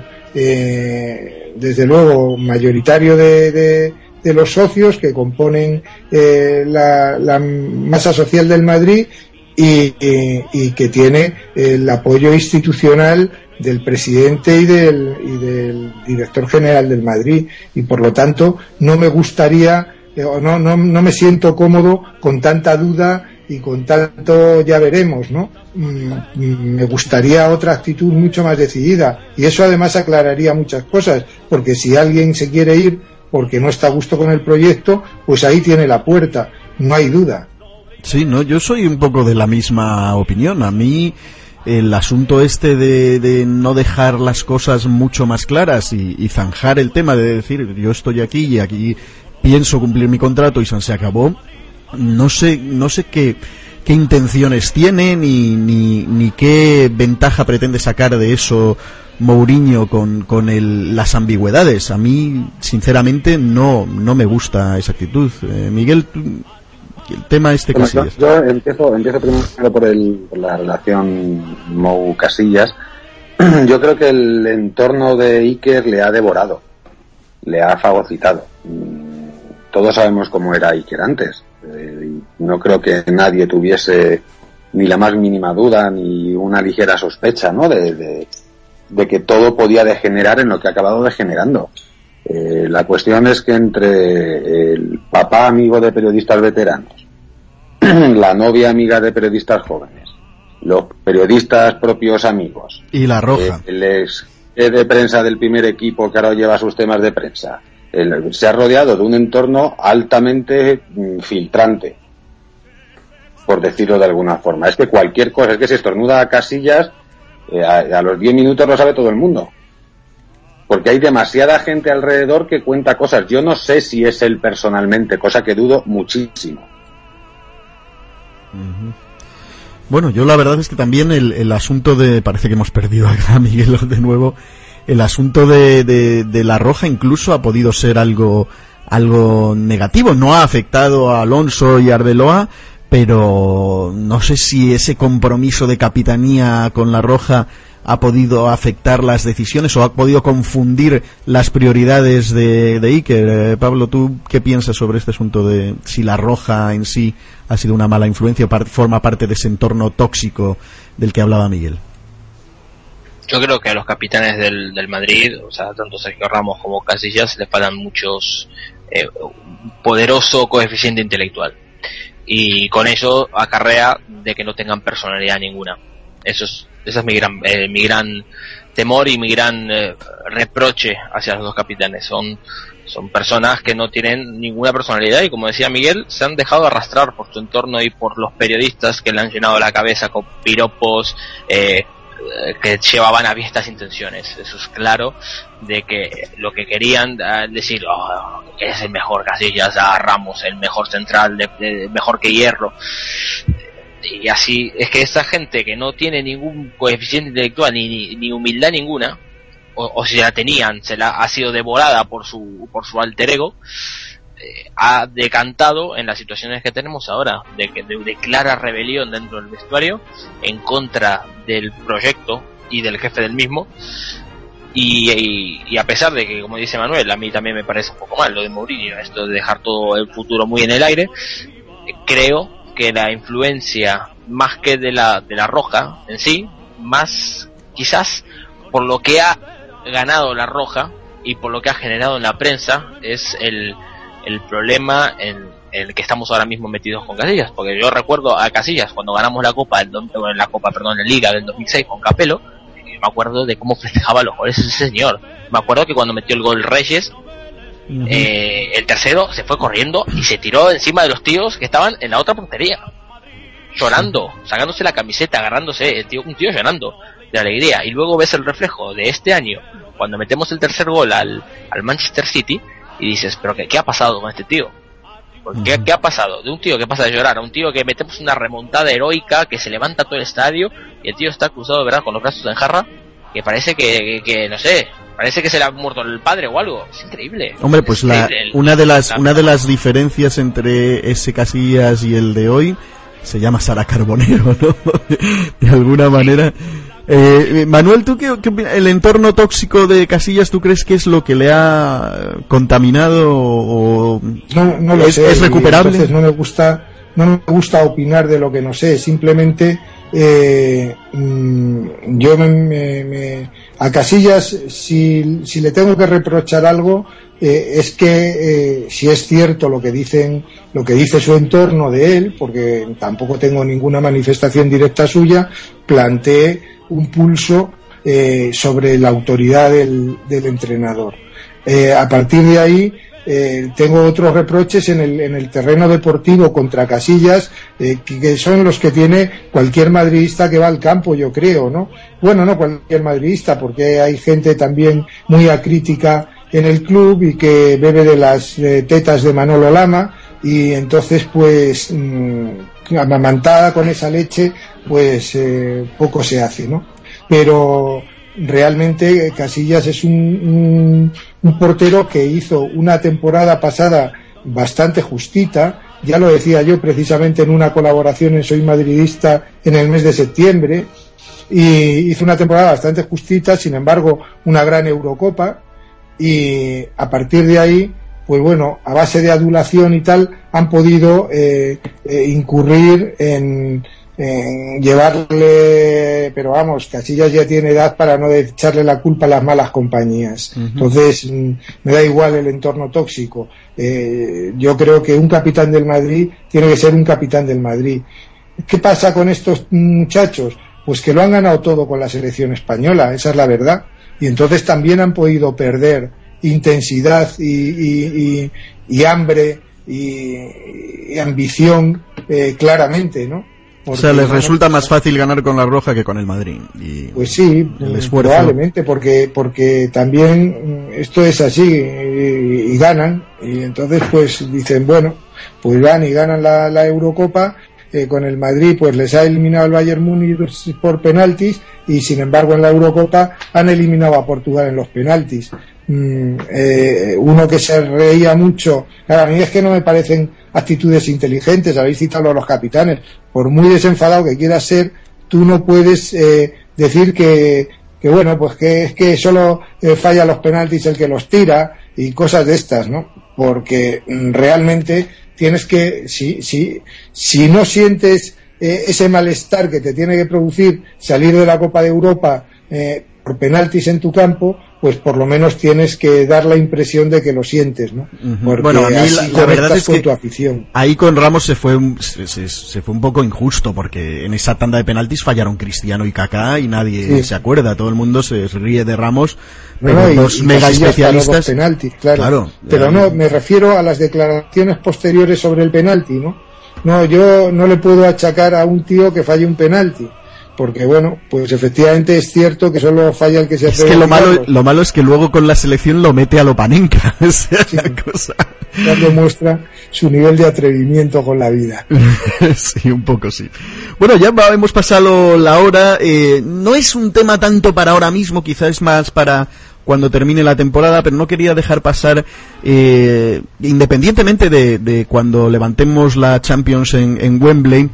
eh, desde luego mayoritario de, de, de los socios que componen eh, la, la masa social del Madrid, y, y, y que tiene el apoyo institucional del presidente y del, y del director general del Madrid, y por lo tanto no me gustaría eh, o no, no, no me siento cómodo con tanta duda y con tanto ya veremos, ¿no? Mm, me gustaría otra actitud mucho más decidida, y eso además aclararía muchas cosas, porque si alguien se quiere ir porque no está a gusto con el proyecto, pues ahí tiene la puerta, no hay duda.
Sí, no, yo soy un poco de la misma opinión. A mí el asunto este de, de no dejar las cosas mucho más claras y, y zanjar el tema de decir yo estoy aquí y aquí pienso cumplir mi contrato y se acabó, no sé no sé qué qué intenciones tiene ni, ni, ni qué ventaja pretende sacar de eso Mourinho con, con el, las ambigüedades. A mí sinceramente no, no me gusta esa actitud. eh, Miguel, el tema este
bueno,
Casillas.
Yo, yo empiezo, empiezo primero por, el, por la relación Mou Casillas. Yo creo que el entorno de Iker le ha devorado, le ha fagocitado. Todos sabemos cómo era Iker antes. Eh, no creo que nadie tuviese ni la más mínima duda ni una ligera sospecha, ¿no? de, de, de que todo podía degenerar en lo que ha acabado degenerando. Eh, la cuestión es que entre el papá amigo de periodistas veteranos, la novia amiga de periodistas jóvenes, los periodistas propios amigos
y la Roja,
eh, el ex de prensa del primer equipo que ahora lleva sus temas de prensa, el, se ha rodeado de un entorno altamente mm, filtrante, por decirlo de alguna forma. Es que cualquier cosa, es que si estornuda a Casillas, eh, a, a los diez minutos lo sabe todo el mundo. Porque hay demasiada gente alrededor que cuenta cosas. Yo no sé si es él personalmente, cosa que dudo muchísimo.
Uh-huh. Bueno, yo la verdad es que también el, el asunto de... Parece que hemos perdido a Miguel de nuevo. El asunto de, de, de la Roja incluso ha podido ser algo, algo negativo. No ha afectado a Alonso y a Arbeloa, pero no sé si ese compromiso de capitanía con la Roja ha podido afectar las decisiones o ha podido confundir las prioridades de, de Iker. Eh, Pablo, ¿tú qué piensas sobre este asunto de si la Roja en sí ha sido una mala influencia o par- forma parte de ese entorno tóxico del que hablaba Miguel?
Yo creo que a los capitanes del, del Madrid, o sea, tanto Sergio Ramos como Casillas, les faltan muchos eh, poderoso coeficiente intelectual. Y con eso acarrea de que no tengan personalidad ninguna. Eso es, ese es mi gran, eh, mi gran temor y mi gran eh, reproche hacia los dos capitanes. Son, son personas que no tienen ninguna personalidad y, como decía Miguel, se han dejado arrastrar por su entorno y por los periodistas que le han llenado la cabeza con piropos eh, que llevaban a vistas intenciones. Eso es claro, de que lo que querían uh, decir, oh, es el mejor Casillas, a Ramos, el mejor central, de, de, mejor que Hierro. Y así es que esa gente que no tiene ningún coeficiente intelectual ni, ni, ni humildad ninguna, o, o si la tenían, se la ha sido devorada por su por su alter ego, eh, ha decantado en las situaciones que tenemos ahora, de que de, de clara rebelión dentro del vestuario en contra del proyecto y del jefe del mismo. Y, y, y a pesar de que, como dice Manuel, a mí también me parece un poco mal lo de Mourinho, esto de dejar todo el futuro muy en el aire, eh, creo que la influencia, más que de la de la Roja en sí, más quizás por lo que ha ganado la Roja y por lo que ha generado en la prensa, es el, el problema en, en el que estamos ahora mismo metidos con Casillas. Porque yo recuerdo a Casillas cuando ganamos la Copa, el, la Copa, perdón, la Liga del dos mil seis con Capello, me acuerdo de cómo festejaba los goles ese señor. Me acuerdo que cuando metió el gol Reyes, Uh-huh. Eh, el tercero se fue corriendo y se tiró encima de los tíos que estaban en la otra portería, llorando, sacándose la camiseta, agarrándose, el tío, un tío llorando de alegría. Y luego ves el reflejo de este año cuando metemos el tercer gol al, al Manchester City y dices, pero ¿qué, qué ha pasado con este tío? ¿Qué, ¿Qué ha pasado? De un tío que pasa de llorar a un tío que metemos una remontada heroica, que se levanta todo el estadio y el tío está cruzado de verdad con los brazos en jarra, que parece que, que, que no sé, parece que se le ha muerto el padre o algo. Es increíble.
Hombre, pues la, una de las una de las diferencias entre ese Casillas y el de hoy se llama Sara Carbonero, ¿no? De alguna manera. Eh, Manuel, ¿tú qué, qué opinas? ¿El entorno tóxico de Casillas tú crees que es lo que le ha contaminado o
no, no lo
es,
sé,
es recuperable?
Entonces no me gusta no me gusta opinar de lo que no sé. Simplemente eh, mmm, yo me, me, me a Casillas, si, si le tengo que reprochar algo, eh, es que eh, si es cierto lo que dicen, lo que dice su entorno de él, porque tampoco tengo ninguna manifestación directa suya, plantee un pulso eh, sobre la autoridad del, del entrenador. Eh, a partir de ahí, eh, tengo otros reproches en el, en el terreno deportivo contra Casillas, eh, que, que son los que tiene cualquier madridista que va al campo, yo creo, ¿no? Bueno, no cualquier madridista, porque hay gente también muy acrítica en el club y que bebe de las eh, tetas de Manolo Lama, y entonces pues mmm, amamantada con esa leche pues eh, poco se hace, ¿no? Pero realmente Casillas es un, un, un portero que hizo una temporada pasada bastante justita. Ya lo decía yo precisamente en una colaboración en Soy Madridista en el mes de septiembre, y hizo una temporada bastante justita, sin embargo una gran Eurocopa, y a partir de ahí pues bueno, a base de adulación y tal han podido eh, eh, incurrir en eh, llevarle, pero vamos, Casillas ya tiene edad para no echarle la culpa a las malas compañías. Uh-huh. Entonces, mm, me da igual el entorno tóxico. Eh, yo creo que un capitán del Madrid tiene que ser un capitán del Madrid. ¿Qué pasa con estos muchachos? Pues que lo han ganado todo con la selección española, esa es la verdad. Y entonces también han podido perder intensidad y, y, y, y hambre y, y ambición eh, claramente, ¿no?
Porque, o sea, les resulta más fácil ganar con la Roja que con el Madrid. Y
pues sí, el esfuerzo... probablemente, porque porque también esto es así y, y ganan, y entonces pues dicen, bueno, pues van y ganan la, la Eurocopa, eh, con el Madrid pues les ha eliminado el Bayern Múnich por penaltis, y sin embargo en la Eurocopa han eliminado a Portugal en los penaltis. Mm, eh, uno que se reía mucho, claro, a mí es que no me parecen actitudes inteligentes. Habéis citado a los capitanes, por muy desenfadado que quieras ser, tú no puedes eh, decir que, que bueno, pues que es que solo eh, falla los penaltis el que los tira y cosas de estas, ¿no? Porque mm, realmente tienes que, si, si, si no sientes eh, ese malestar que te tiene que producir salir de la Copa de Europa eh, por penaltis en tu campo, pues por lo menos tienes que dar la impresión de que lo sientes, ¿no? Uh-huh. Porque
bueno, a mí la, la verdad es que
tu afición.
Ahí con Ramos se fue un, se, se, se fue un poco injusto, porque en esa tanda de penaltis fallaron Cristiano y Kaká y nadie sí. se acuerda, todo el mundo se ríe de Ramos, pero
bueno,
dos
y,
mega especialistas.
Penaltis, claro.
claro
pero no, me refiero a las declaraciones posteriores sobre el penalti, ¿no? No, yo no le puedo achacar a un tío que falle un penalti, porque bueno, pues efectivamente es cierto que solo falla el que se atreve.
Es que lo malo, lo malo es que luego con la selección lo mete a lo Panenka. Esa es
sí,
la cosa.
Ya demuestra su nivel de atrevimiento con la vida.
Sí, un poco sí. Bueno, ya hemos pasado la hora. Eh, no es un tema tanto para ahora mismo, quizás es más para cuando termine la temporada, pero no quería dejar pasar, eh, independientemente de, de cuando levantemos la Champions en, en Wembley,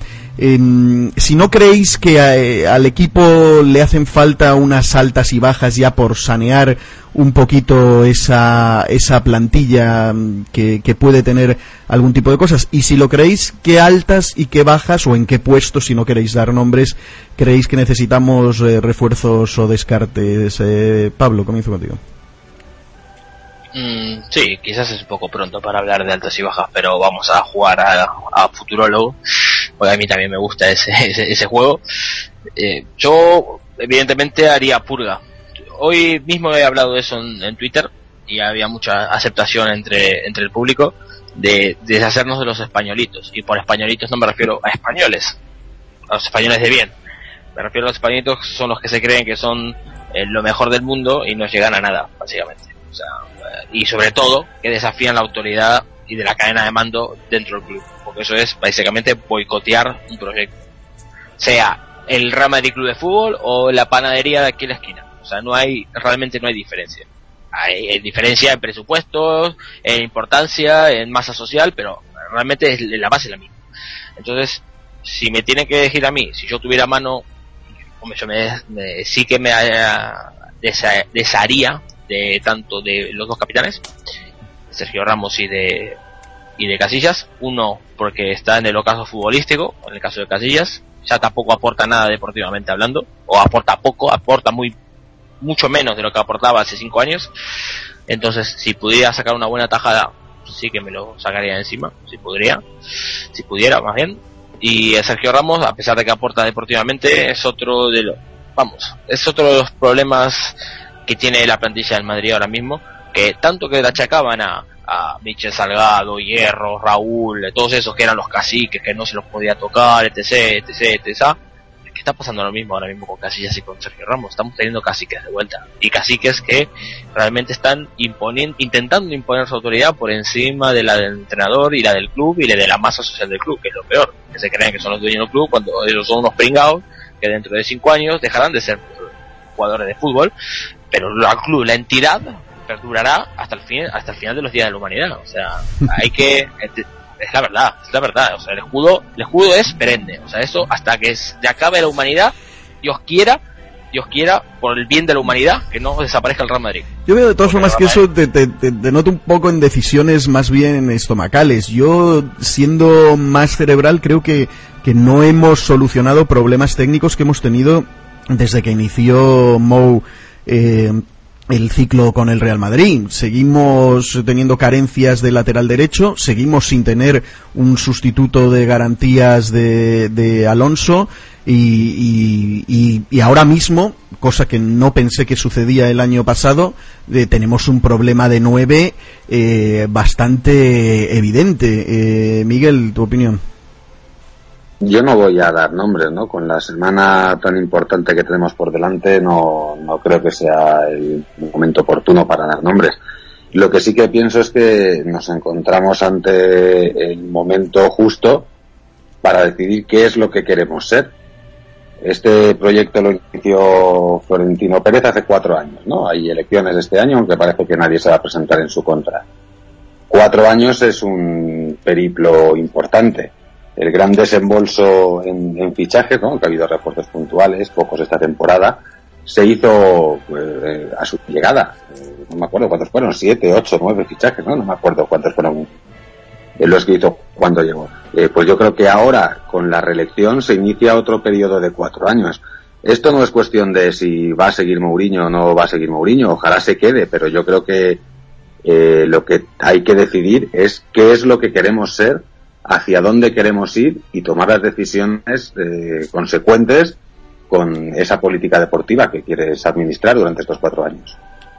eh, si no creéis que a, al equipo le hacen falta unas altas y bajas ya por sanear un poquito esa esa plantilla que, que puede tener algún tipo de cosas, y si lo creéis, qué altas y qué bajas, o en qué puestos, si no queréis dar nombres, creéis que necesitamos eh, refuerzos o descartes. eh, Pablo, comienzo contigo.
Mm, sí, quizás es un poco pronto para hablar de altas y bajas, pero vamos a jugar a, a futurólogo, porque a mí también me gusta ese ese, ese juego. Eh, yo evidentemente haría purga. Hoy mismo he hablado de eso en, en Twitter, y había mucha aceptación entre entre el público de, de deshacernos de los españolitos, y por españolitos no me refiero a españoles, a los españoles de bien, me refiero a los españolitos que son los que se creen que son eh, lo mejor del mundo y no llegan a nada, básicamente. O sea, eh, y sobre todo que desafían la autoridad y de la cadena de mando dentro del club, porque eso es básicamente boicotear un proyecto, sea el Real Madrid Club de Fútbol o la panadería de aquí en la esquina. O sea, no hay, realmente no hay diferencia. Hay, hay diferencia en presupuestos, en importancia, en masa social, pero realmente es, la base es la misma. Entonces, si me tiene que elegir a mí, si yo tuviera mano, hombre, yo me, me, sí que me desa, desharía de tanto de los dos capitanes, Sergio Ramos y de y de Casillas. Uno porque está en el ocaso futbolístico, en el caso de Casillas, ya tampoco aporta nada deportivamente hablando, o aporta poco, aporta muy mucho menos de lo que aportaba hace cinco años. Entonces, si pudiera sacar una buena tajada, sí que me lo sacaría encima, si podría, si pudiera más bien. Y Sergio Ramos, a pesar de que aporta deportivamente, es otro de los, vamos, es otro de los problemas que tiene la plantilla del Madrid ahora mismo, que tanto que le achacaban a, a Michel Salgado, Hierro, Raúl, todos esos que eran los caciques, que no se los podía tocar, etc, etc, etc. ¿Qué está pasando lo mismo ahora mismo con Casillas y con Sergio Ramos? Estamos teniendo caciques de vuelta, y caciques que realmente están imponiendo, intentando imponer su autoridad por encima de la del entrenador y la del club y la de la masa social del club, que es lo peor, que se creen que son los dueños del club cuando ellos son unos pringados que dentro de cinco años dejarán de ser jugadores de fútbol, pero el club, la entidad, perdurará hasta el fin, hasta el final de los días de la humanidad. O sea, hay que, es la verdad, es la verdad. O sea, el escudo, el escudo es perenne. O sea, eso hasta que se acabe la humanidad, Dios quiera, Dios quiera, por el bien de la humanidad, que no desaparezca el Real Madrid.
Yo veo de todas formas que eso te, te, te, te noto un poco en decisiones más bien estomacales. Yo, siendo más cerebral, creo que, que no hemos solucionado problemas técnicos que hemos tenido desde que inició Mou eh, el ciclo con el Real Madrid. Seguimos teniendo carencias de lateral derecho, seguimos sin tener un sustituto de garantías de, de Alonso y, y, y, y ahora mismo, cosa que no pensé que sucedía el año pasado, eh, tenemos un problema de nueve eh, bastante evidente. Eh, Miguel, tu opinión.
Yo no voy a dar nombres, ¿no? Con la semana tan importante que tenemos por delante, no, no creo que sea el momento oportuno para dar nombres. Lo que sí que pienso es que nos encontramos ante el momento justo para decidir qué es lo que queremos ser. Este proyecto lo inició Florentino Pérez hace cuatro años, ¿no? Hay elecciones este año, aunque parece que nadie se va a presentar en su contra. Cuatro años es un periplo importante. El gran desembolso en, en fichajes, ¿no? Que ha habido refuerzos puntuales, pocos esta temporada, se hizo pues, eh, a su llegada. Eh, no me acuerdo cuántos fueron, siete, ocho, nueve fichajes, ¿no? No me acuerdo cuántos fueron eh, los que hizo cuando llegó. Eh, pues yo creo que ahora, con la reelección, se inicia otro periodo de cuatro años. Esto no es cuestión de si va a seguir Mourinho o no va a seguir Mourinho, ojalá se quede, pero yo creo que eh, lo que hay que decidir es qué es lo que queremos ser, hacia dónde queremos ir y tomar las decisiones eh, consecuentes con esa política deportiva que quieres administrar durante estos cuatro años.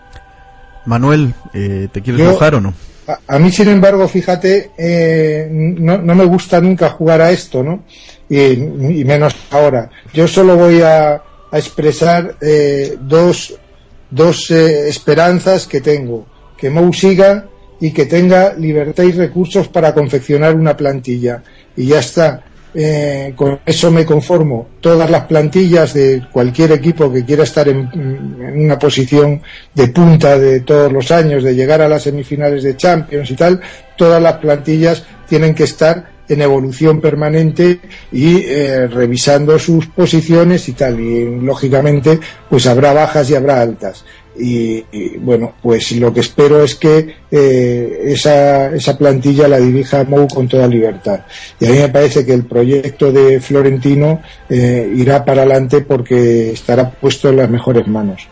Manuel, eh, ¿te quieres
Yo,
mojar o no?
A, a mí, sin embargo, fíjate, eh, no, no me gusta nunca jugar a esto, ¿no? Y, y menos ahora. Yo solo voy a, a expresar eh, dos, dos eh, esperanzas que tengo. Que Mou siga y que tenga libertad y recursos para confeccionar una plantilla. Y ya está. Eh, con eso me conformo. Todas las plantillas de cualquier equipo que quiera estar en, en una posición de punta de todos los años, de llegar a las semifinales de Champions y tal, todas las plantillas tienen que estar en evolución permanente y eh, revisando sus posiciones y tal. Y lógicamente pues habrá bajas y habrá altas. Y, y bueno, pues lo que espero es que eh, esa, esa plantilla la dirija Mou con toda libertad. Y a mí me parece que el proyecto de Florentino eh, irá para adelante porque estará puesto en las mejores manos.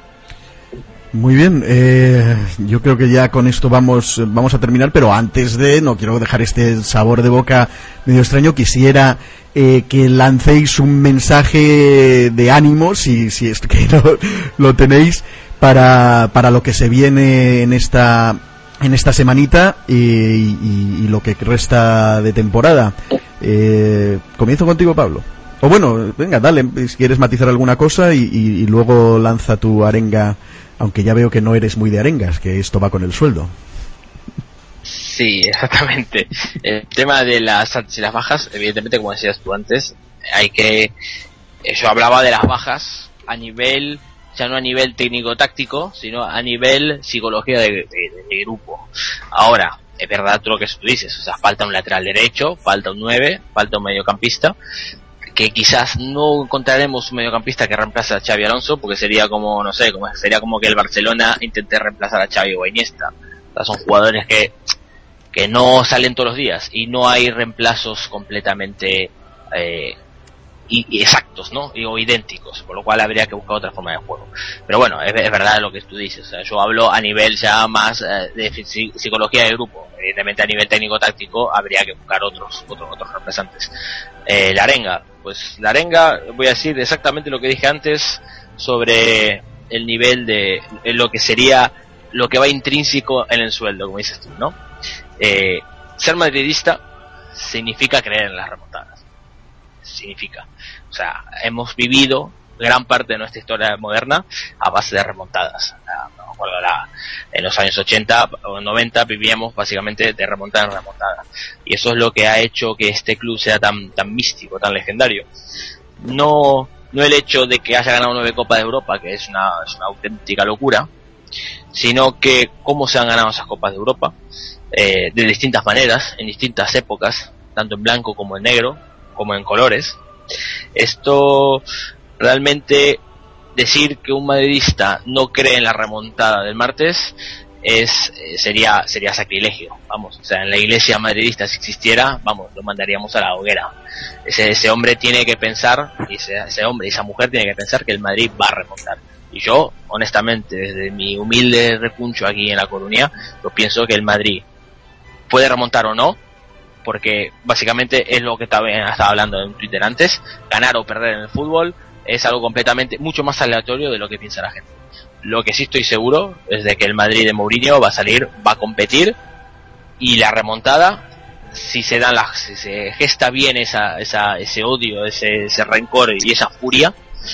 Muy bien, eh, yo creo que ya con esto vamos vamos a terminar, pero antes de, no quiero dejar este sabor de boca medio extraño, quisiera eh, que lancéis un mensaje de ánimo, si, si es que lo, lo tenéis, para, para lo que se viene en esta en esta semanita y, y, y lo que resta de temporada. Eh, comienzo contigo, Pablo. O bueno, venga, dale, si quieres matizar alguna cosa y, y, y luego lanza tu arenga, aunque ya veo que no eres muy de arengas, que esto va con el sueldo.
Sí, exactamente. El tema de las altas y las bajas, evidentemente, como decías tú antes, hay que... Yo hablaba de las bajas a nivel, ya no a nivel técnico-táctico, sino a nivel psicología de, de, de grupo. Ahora, es verdad lo que tú dices, o sea, falta un lateral derecho, falta un nueve, falta un mediocampista, que quizás no encontraremos un mediocampista que reemplace a Xabi Alonso, porque sería como, no sé, como sería como que el Barcelona intente reemplazar a Xavi o a Iniesta. O sea, son jugadores que, que no salen todos los días y no hay reemplazos completamente eh, y, y exactos, ¿no? O idénticos, por lo cual habría que buscar otra forma de juego. Pero bueno, es, es verdad lo que tú dices, o sea, yo hablo a nivel ya más eh, de psicología de grupo. Evidentemente a nivel técnico-táctico habría que buscar otros otros, otros representantes. Eh, la arenga, pues la arenga, voy a decir exactamente lo que dije antes sobre el nivel de lo que sería, lo que va intrínseco en el sueldo, como dices tú, ¿no? Eh, ser madridista significa creer en las remontadas. Significa. O sea, hemos vivido gran parte de nuestra historia moderna a base de remontadas. Me acuerdo, la, en los años ochenta o noventa vivíamos básicamente de remontada en remontada. Y eso es lo que ha hecho que este club sea tan tan místico, tan legendario. No no el hecho de que haya ganado nueve Copas de Europa, que es una, es una auténtica locura, sino que cómo se han ganado esas Copas de Europa, eh, de distintas maneras, en distintas épocas, tanto en blanco como en negro, como en colores. Esto realmente decir que un madridista no cree en la remontada del martes es eh, sería sería sacrilegio, vamos, o sea, en la iglesia madridista si existiera, vamos, lo mandaríamos a la hoguera. Ese, ese hombre tiene que pensar, y ese, ese hombre y esa mujer tiene que pensar que el Madrid va a remontar. Y yo, honestamente, desde mi humilde recuncho aquí en La Coruña, yo pienso que el Madrid puede remontar o no, porque básicamente es lo que estaba, estaba hablando en Twitter antes, ganar o perder en el fútbol es algo completamente, mucho más aleatorio de lo que piensa la gente. Lo que sí estoy seguro es de que el Madrid de Mourinho va a salir, va a competir, y la remontada, si se dan las, si se gesta bien esa, esa, ese odio, ese, ese rencor y esa furia,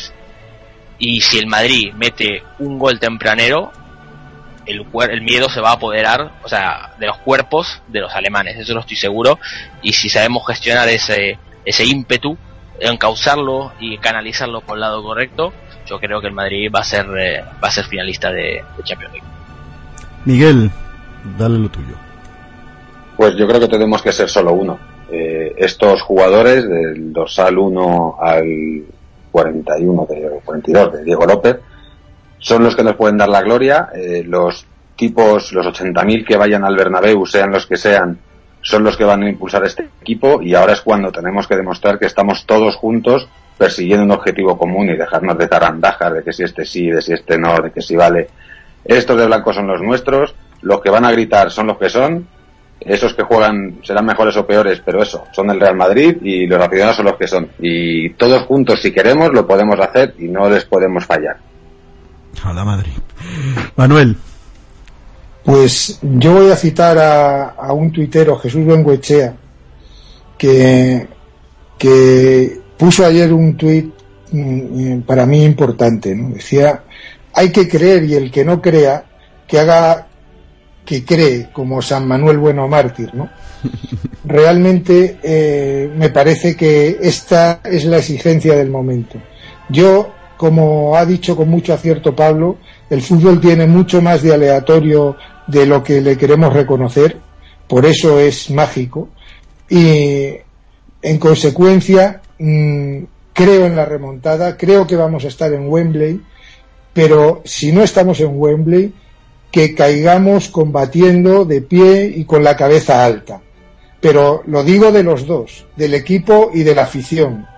y si el Madrid mete un gol tempranero, el, el miedo se va a apoderar, o sea, de los cuerpos de los alemanes, eso lo estoy seguro. Y si sabemos gestionar ese, ese ímpetu, encauzarlo y canalizarlo por el lado correcto, yo creo que el Madrid va a ser eh, va a ser finalista de, de Champions League.
Miguel, dale lo tuyo.
Pues yo creo que tenemos que ser solo uno. Eh, estos jugadores, del dorsal uno al cuarenta y uno, de, cuarenta y dos de Diego López, son los que nos pueden dar la gloria. Eh, los tipos, los ochenta mil que vayan al Bernabéu, sean los que sean, son los que van a impulsar este equipo, y ahora es cuando tenemos que demostrar que estamos todos juntos persiguiendo un objetivo común y dejarnos de zarandajas de que si este sí, de si este no, de que si vale. Estos de blanco son los nuestros, los que van a gritar son los que son, esos que juegan serán mejores o peores, pero eso, son el Real Madrid, y los aficionados son los que son. Y todos juntos, si queremos, lo podemos hacer y no les podemos fallar.
A la Madrid. Manuel.
Pues yo voy a citar a, a un tuitero, Jesús Bengoechea, que, que puso ayer un tuit mm, para mí importante, ¿no? Decía, hay que creer, y el que no crea, que haga que cree, como San Manuel Bueno Mártir, ¿no? Realmente eh, me parece que esta es la exigencia del momento. Yo, como ha dicho con mucho acierto Pablo, el fútbol tiene mucho más de aleatorio de lo que le queremos reconocer, por eso es mágico, y en consecuencia mmm, creo en la remontada, creo que vamos a estar en Wembley, pero si no estamos en Wembley, que caigamos combatiendo de pie y con la cabeza alta. Pero lo digo de los dos, del equipo y de la afición.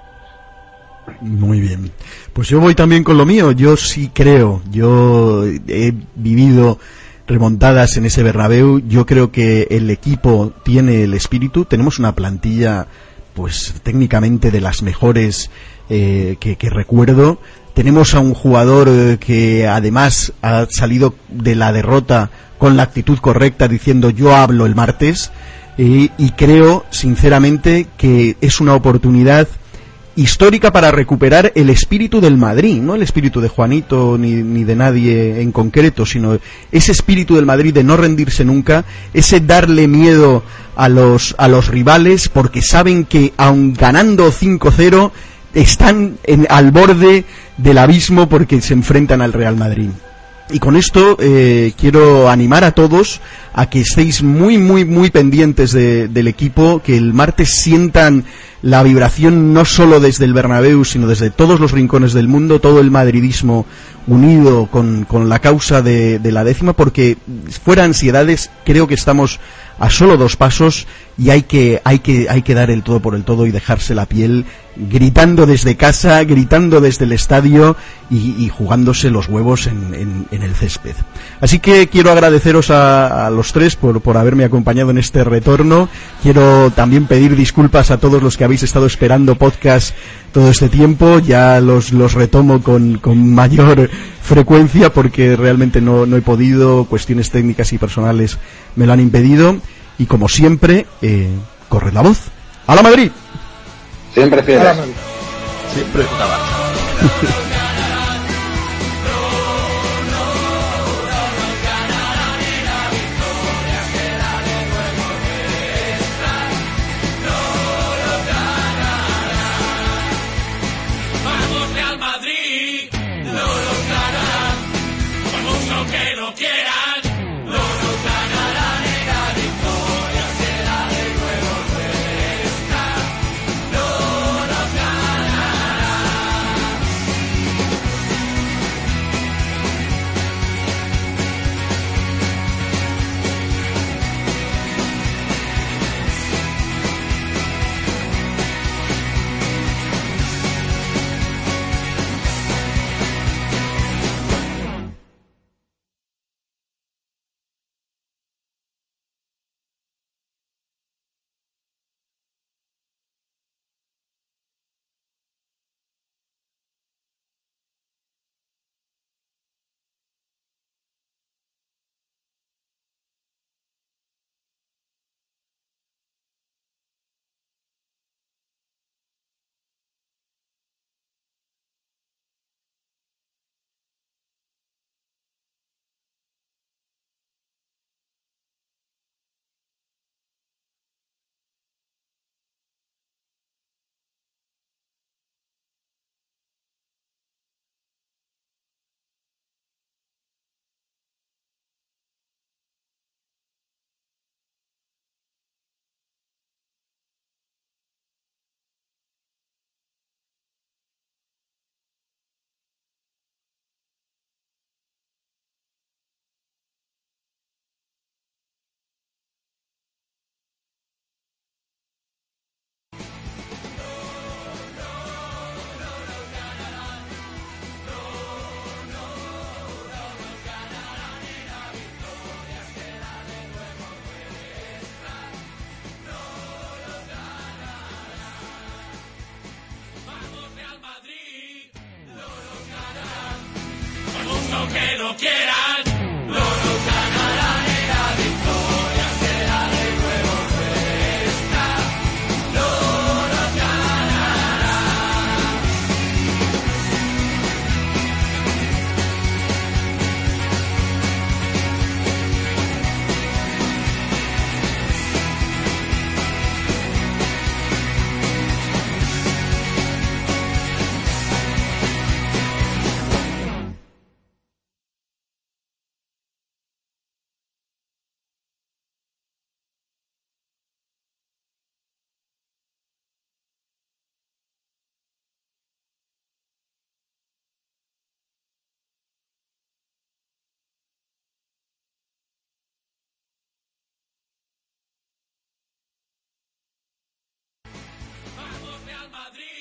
Muy bien. Pues yo voy también con lo mío. Yo sí creo, yo he vivido remontadas en ese Bernabéu. Yo creo que el equipo tiene el espíritu. Tenemos una plantilla, pues técnicamente de las mejores eh, que, que recuerdo. Tenemos a un jugador eh, que además ha salido de la derrota con la actitud correcta, diciendo yo hablo el martes, eh, y creo sinceramente que es una oportunidad histórica para recuperar el espíritu del Madrid, no el espíritu de Juanito ni, ni de nadie en concreto, sino ese espíritu del Madrid de no rendirse nunca, ese darle miedo a los, a los rivales, porque saben que aun ganando cinco cero están en, al borde del abismo porque se enfrentan al Real Madrid. Y con esto eh, quiero animar a todos a que estéis muy, muy, muy pendientes de, del equipo, que el martes sientan la vibración no solo desde el Bernabéu, sino desde todos los rincones del mundo, todo el madridismo unido con, con la causa de, de la décima, porque fuera ansiedades, creo que estamos a solo dos pasos y hay que, hay que, hay que dar el todo por el todo y dejarse la piel, gritando desde casa, gritando desde el estadio y, y jugándose los huevos en, en, en el césped. Así que quiero agradeceros a, a los tres por, por haberme acompañado en este retorno. Quiero también pedir disculpas a todos los que habéis estado esperando podcast todo este tiempo. Ya los, los retomo con, con mayor frecuencia porque realmente no, no he podido, cuestiones técnicas y personales me lo han impedido. Y como siempre, eh, corred la voz. ¡A la Madrid!
Siempre fieles.
Siempre.
que no quieran, no nos ganarán y la victoria será de nuevo nuestra. No nos ganarán. Vamos Real Madrid.